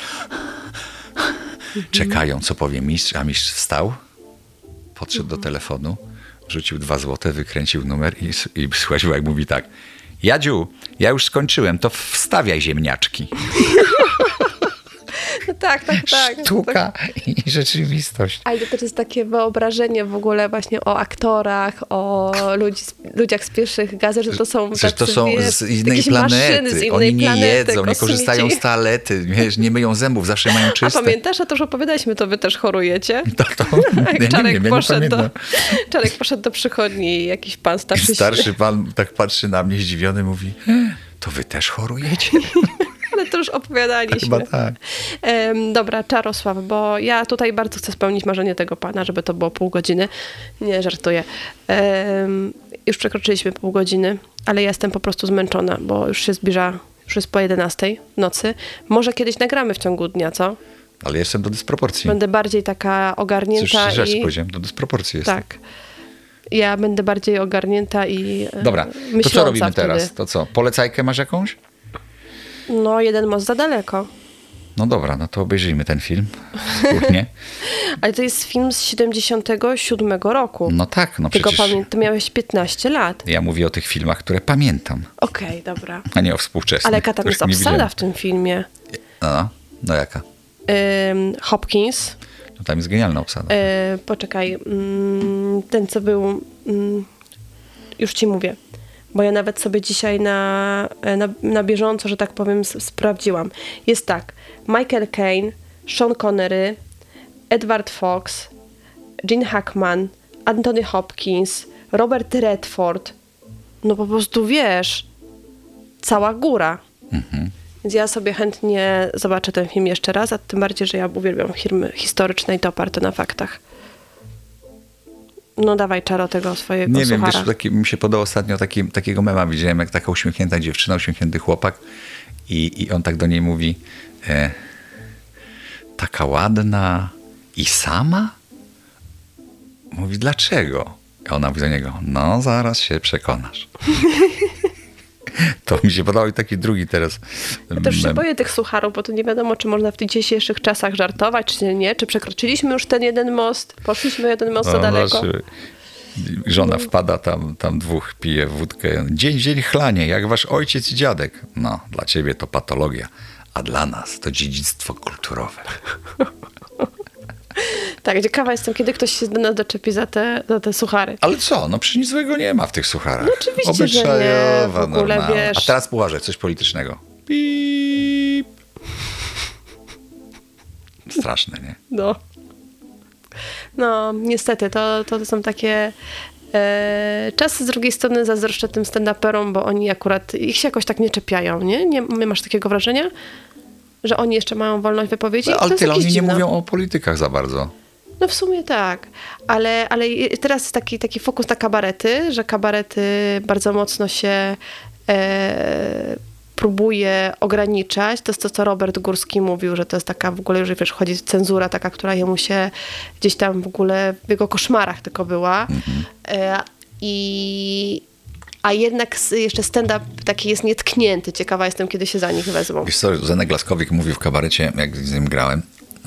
A: Czekają, co powie mistrz, a mistrz wstał, podszedł do telefonu, rzucił dwa złote, wykręcił numer i, i słuchaj, jak mówi tak: Jadziu, ja już skończyłem, to wstawiaj ziemniaczki.
B: No tak, tak, tak.
A: Sztuka i rzeczywistość.
B: Ale to też jest takie wyobrażenie w ogóle właśnie o aktorach, o ludzi, ludziach z pierwszych gazet, że to są
A: Że to
B: tacy,
A: są
B: wiesz,
A: z innej
B: jakieś maszyny
A: planety.
B: z innej
A: Oni nie
B: planety,
A: jedzą, nie
B: kosmici.
A: korzystają z toalety, wiesz, nie myją zębów, zawsze mają
B: A
A: czyste.
B: pamiętasz, a to już opowiadaliśmy, to wy też chorujecie?
A: To, to,
B: Jak
A: ja
B: Czarek,
A: nie wiem, ja nie
B: poszedł do,
A: pamiętam.
B: Czarek poszedł do przychodni i jakiś pan
A: I
B: starszy,
A: starszy pan tak patrzy na mnie zdziwiony, mówi: to wy też chorujecie?
B: Ale to już opowiadaliśmy.
A: Chyba tak.
B: Um, dobra, Czarosław, bo ja tutaj bardzo chcę spełnić marzenie tego pana, żeby to było pół godziny. Nie, żartuję. Um, już przekroczyliśmy pół godziny, ale ja jestem po prostu zmęczona, bo już się zbliża, już jest po jedenastej w nocy. Może kiedyś nagramy w ciągu dnia, co?
A: Ale jestem do dysproporcji.
B: Będę bardziej taka ogarnięta.
A: Coś rzecz
B: i...
A: powiedziałem, do dysproporcji jest.
B: Tak. Ja będę bardziej ogarnięta i
A: Dobra,
B: myśląca
A: to co robimy
B: wtedy.
A: teraz? To co, polecajkę masz jakąś?
B: No, jeden most za daleko.
A: No dobra, no to obejrzyjmy ten film wspólnie.
B: Ale to jest film z siedemdziesiątego siódmego roku.
A: No tak, no
B: Tylko
A: przecież
B: pamię- ty miałeś piętnaście lat.
A: ja mówię o tych filmach, które pamiętam,
B: Okej, okay, dobra.
A: a nie o współczesnych.
B: Ale jaka tam
A: których
B: jest
A: nie
B: obsada
A: widziałem.
B: w tym filmie?
A: No, no jaka?
B: Ym, Hopkins.
A: No tam jest genialna obsada.
B: Yy, poczekaj. Mm, ten, co był... Mm, już ci mówię. Bo ja nawet sobie dzisiaj na, na, na bieżąco, że tak powiem, s- sprawdziłam. Jest tak. Michael Caine, Sean Connery, Edward Fox, Gene Hackman, Anthony Hopkins, Robert Redford. No po prostu wiesz, cała góra.
A: Mhm.
B: Więc ja sobie chętnie zobaczę ten film jeszcze raz, a tym bardziej, że ja uwielbiam filmy historyczne i to oparte na faktach. No dawaj, Czaro, tego swojego
A: Nie wiem,
B: suchara.
A: wiesz, taki, mi się podobał ostatnio taki, takiego mema widziałem, jak taka uśmiechnięta dziewczyna, uśmiechnięty chłopak i, i on tak do niej mówi e, taka ładna i sama? Mówi, dlaczego? A ona mówi do niego, no zaraz się przekonasz. To mi się podobał i taki drugi teraz.
B: Ja też się
A: mem.
B: boję tych sucharów, bo to nie wiadomo, czy można w tych dzisiejszych czasach żartować, czy nie. Czy przekroczyliśmy już ten jeden most? Poszliśmy jeden most za
A: No,
B: daleko?
A: znaczy, żona wpada, tam, tam dwóch pije wódkę. Dzień dzień chlanie, jak wasz ojciec i dziadek. No, dla ciebie to patologia, a dla nas to dziedzictwo kulturowe.
B: Tak, ciekawa jestem, kiedy ktoś się do nas doczepi za te, za te suchary.
A: Ale co, no przecież nic złego nie ma w tych sucharach.
B: No oczywiście, że nie,
A: Obyczajowa,
B: w ogóle,
A: normalna.
B: wiesz.
A: A teraz uważaj, coś politycznego. Pip. Straszne, nie?
B: No. No, niestety, to, to są takie e, czasy. Z drugiej strony zazdroszczę tym stand-uperom, bo oni akurat, ich się jakoś tak nie czepiają, nie? Nie, nie masz takiego wrażenia? Że oni jeszcze mają wolność wypowiedzi?
A: No,
B: To
A: ale
B: jest
A: tyle,
B: jakieś
A: oni nie
B: dziwne.
A: mówią o politykach za bardzo.
B: No w sumie tak, ale, ale teraz jest taki, taki fokus na kabarety, że kabarety bardzo mocno się e, próbuje ograniczać. To jest to, co Robert Górski mówił, że to jest taka w ogóle, już wiesz, chodzi cenzura taka, która jemu się gdzieś tam w ogóle w jego koszmarach tylko była. Mhm. E, I... A jednak jeszcze stand-up taki jest nietknięty. Ciekawa jestem, kiedy się za nich wezmą.
A: Wiesz co, Zenek Laskowik mówił w kabarecie, jak z nim grałem,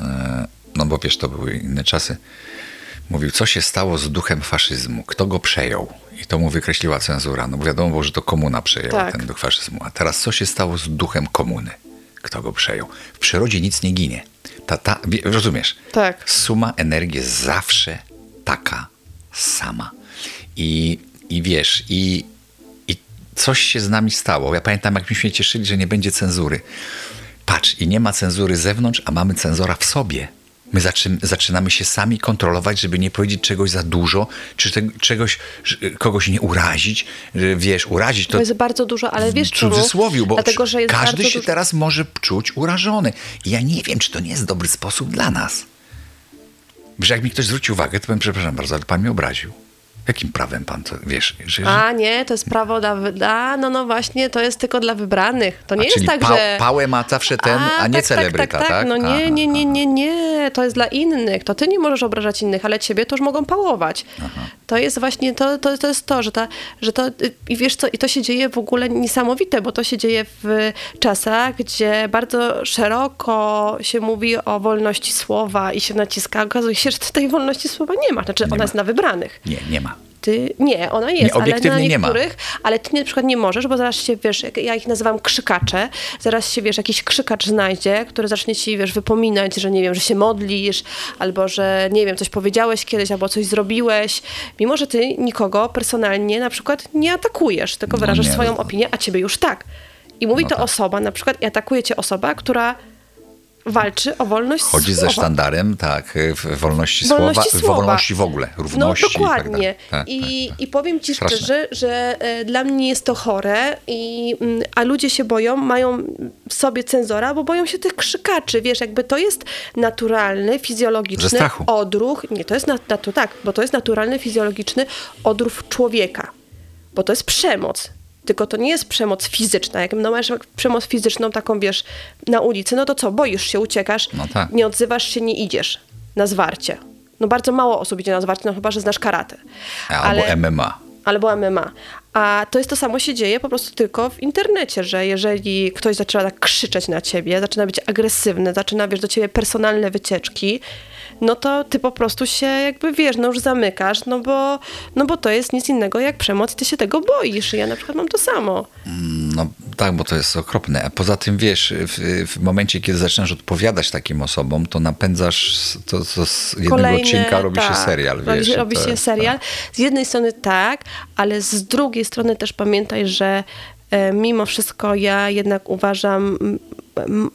A: no bo wiesz, to były inne czasy. Mówił, co się stało z duchem faszyzmu? Kto go przejął? I to mu wykreśliła cenzura. No bo wiadomo było, że to komuna przejęła
B: Tak.
A: ten duch faszyzmu. A teraz co się stało z duchem komuny? Kto go przejął? W przyrodzie nic nie ginie. Ta, ta, rozumiesz?
B: Tak.
A: Suma energii jest zawsze taka sama. I, i wiesz, i, i coś się z nami stało. Ja pamiętam, jak myśmy się cieszyli, że nie będzie cenzury. Patrz, i nie ma cenzury z zewnątrz, a mamy cenzora w sobie. My zaczyn- zaczynamy się sami kontrolować, żeby nie powiedzieć czegoś za dużo, czy te- czegoś, kogoś nie urazić. Wiesz, urazić to,
B: To jest bardzo dużo, ale wiesz
A: w
B: czemu?
A: cudzysłowiu, bo
B: Dlatego, że jest
A: każdy
B: bardzo
A: się
B: dużo...
A: teraz może czuć urażony. I ja nie wiem, czy to nie jest dobry sposób dla nas. Wiesz, jak mi ktoś zwróci uwagę, to powiem, przepraszam bardzo, ale pan mnie obraził. Jakim prawem pan to, wiesz? Że,
B: A nie, to jest prawo dla... wy- A, no no właśnie, to jest tylko dla wybranych. To nie
A: a,
B: jest
A: czyli
B: tak,
A: pa-
B: że...
A: pałę ma zawsze ten, a, nie
B: tak,
A: celebryta,
B: tak?
A: tak?
B: tak, No nie,
A: Aha,
B: nie, nie,
A: aha.
B: nie, nie, to jest dla innych. To ty nie możesz obrażać innych, ale ciebie to już mogą pałować.
A: Aha.
B: To jest właśnie, to, to, to jest to, że, ta, że to, i wiesz co, i to się dzieje w ogóle niesamowite, bo to się dzieje w czasach, gdzie bardzo szeroko się mówi o wolności słowa i się naciska. Okazuje się, że tej wolności słowa nie ma. Znaczy,
A: Nie
B: ona
A: ma.
B: jest na wybranych.
A: Nie, nie ma.
B: Ty, nie, ona jest,
A: Nie,
B: ale
A: obiektywnie
B: na
A: nie ma.
B: niektórych, ale ty na przykład nie możesz, bo zaraz się, wiesz, jak- ja ich nazywam krzykacze, zaraz się, wiesz, jakiś krzykacz znajdzie, który zacznie ci, wiesz, wypominać, że nie wiem, że się modlisz, albo że, nie wiem, coś powiedziałeś kiedyś, albo coś zrobiłeś, mimo że ty nikogo personalnie na przykład nie atakujesz, tylko
A: No
B: wyrażasz
A: nie,
B: swoją
A: no.
B: opinię, a ciebie już tak. I mówi
A: No
B: to
A: tak.
B: osoba, na przykład i atakuje cię osoba, która walczy o wolność
A: Chodzi
B: słowa.
A: ze sztandarem, tak, w wolności,
B: Wolności
A: słowa,
B: słowa.
A: w wolności w ogóle, równości.
B: No dokładnie.
A: I, tak dalej.
B: I,
A: tak, tak.
B: I powiem ci
A: Straszne.
B: szczerze, że e, dla mnie jest to chore, i, mm, a ludzie się boją, mają w sobie cenzora, bo boją się tych krzykaczy. Wiesz, jakby to jest naturalny, fizjologiczny
A: Ze strachu.
B: odruch. Nie, to jest na, na, to tak, bo to jest naturalny, fizjologiczny odruch człowieka. Bo to jest przemoc. Tylko to nie jest przemoc fizyczna. Jak no masz przemoc fizyczną taką, wiesz, na ulicy, no to co, boisz się, uciekasz,
A: No tak.
B: nie odzywasz się, nie idziesz na zwarcie. No bardzo mało osób idzie na zwarcie, no chyba, że znasz karate.
A: Albo M M A.
B: Albo M M A. A to jest to samo się dzieje po prostu tylko w internecie, że jeżeli ktoś zaczyna tak krzyczeć na ciebie, zaczyna być agresywny, zaczyna, wiesz, do ciebie personalne wycieczki, no to ty po prostu się jakby, wiesz, no już zamykasz, no bo, no bo to jest nic innego jak przemoc i ty się tego boisz. I ja na przykład mam to samo.
A: No tak, bo to jest okropne. A poza tym, wiesz, w, w momencie, kiedy zaczynasz odpowiadać takim osobom, to napędzasz, to, to z jednego
B: Kolejne,
A: odcinka robi
B: tak,
A: się serial.
B: Robi,
A: Wiesz,
B: się-
A: i
B: robi
A: to
B: się
A: jest-
B: serial. Z jednej strony tak, ale z drugiej strony też pamiętaj, że e, mimo wszystko ja jednak uważam, m, m,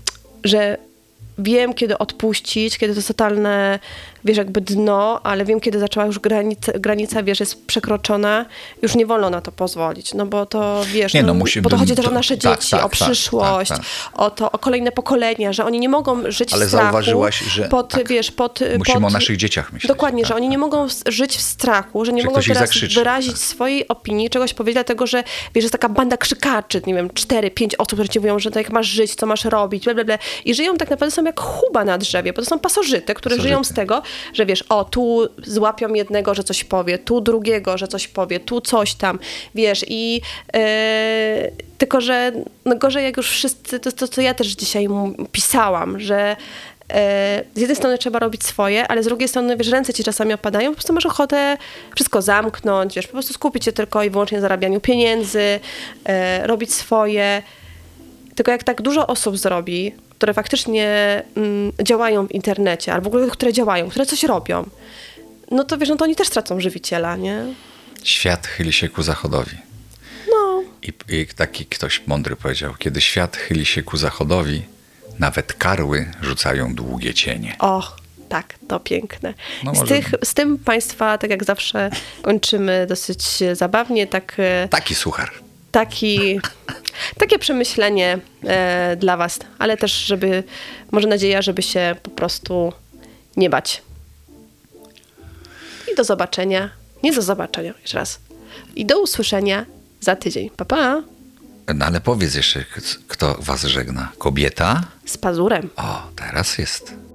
B: że wiem, kiedy odpuścić, kiedy to jest totalne, wiesz, jakby dno, ale wiem, kiedy zaczęła już granica, granica, wiesz, jest przekroczona, już nie wolno na to pozwolić, no bo to, wiesz,
A: Nie, no,
B: no,
A: musi-
B: bo to chodzi też o
A: to-
B: nasze
A: tak,
B: dzieci,
A: tak,
B: o
A: tak,
B: przyszłość,
A: tak,
B: o to, o kolejne pokolenia, że oni nie mogą żyć
A: Ale
B: w strachu.
A: zauważyłaś, że
B: pod,
A: tak,
B: wiesz, pod,
A: musimy
B: pod,
A: o naszych dzieciach myśleć.
B: Dokładnie,
A: tak,
B: że oni nie mogą s- żyć w strachu, że nie
A: Że
B: mogą
A: ktoś ich
B: teraz
A: zakrzyczy,
B: wyrazić
A: tak.
B: swojej opinii, czegoś powiedzieć, dlatego że, wiesz, jest taka banda krzykaczy, nie wiem, cztery, pięć osób, które ci mówią, że to jak masz żyć, co masz robić, bla, bla, bla. I żyją tak naprawdę, są jak chuba na drzewie, bo to są pasożyty, które
A: Pasożyty.
B: żyją z tego, że wiesz, o, tu złapią jednego, że coś powie, tu drugiego, że coś powie, tu coś tam, wiesz, i e, tylko, że no gorzej jak już wszyscy, to jest to, co ja też dzisiaj mu pisałam, że e, z jednej strony trzeba robić swoje, ale z drugiej strony, wiesz, ręce ci czasami opadają, po prostu masz ochotę wszystko zamknąć, wiesz, po prostu skupić się tylko i wyłącznie na zarabianiu pieniędzy, e, robić swoje. Tylko jak tak dużo osób zrobi, które faktycznie mm, działają w internecie, albo w ogóle które działają, które coś robią, no to wiesz, no to oni też stracą żywiciela, nie?
A: Świat chyli się ku zachodowi.
B: No,
A: I, I taki ktoś mądry powiedział, kiedy świat chyli się ku zachodowi, nawet karły rzucają długie cienie.
B: och, tak, to piękne.
A: No
B: z,
A: może-
B: tych, z tym Państwa, tak jak zawsze, kończymy dosyć zabawnie, tak, e,
A: Taki suchar.
B: taki, takie przemyślenie e, dla Was, ale też, żeby, może nadzieja, żeby się po prostu nie bać. I do zobaczenia, nie do zobaczenia, jeszcze raz. I do usłyszenia za tydzień. Pa, pa.
A: No ale powiedz jeszcze, k- kto was żegna? Kobieta?
B: Z pazurem.
A: O, teraz jest.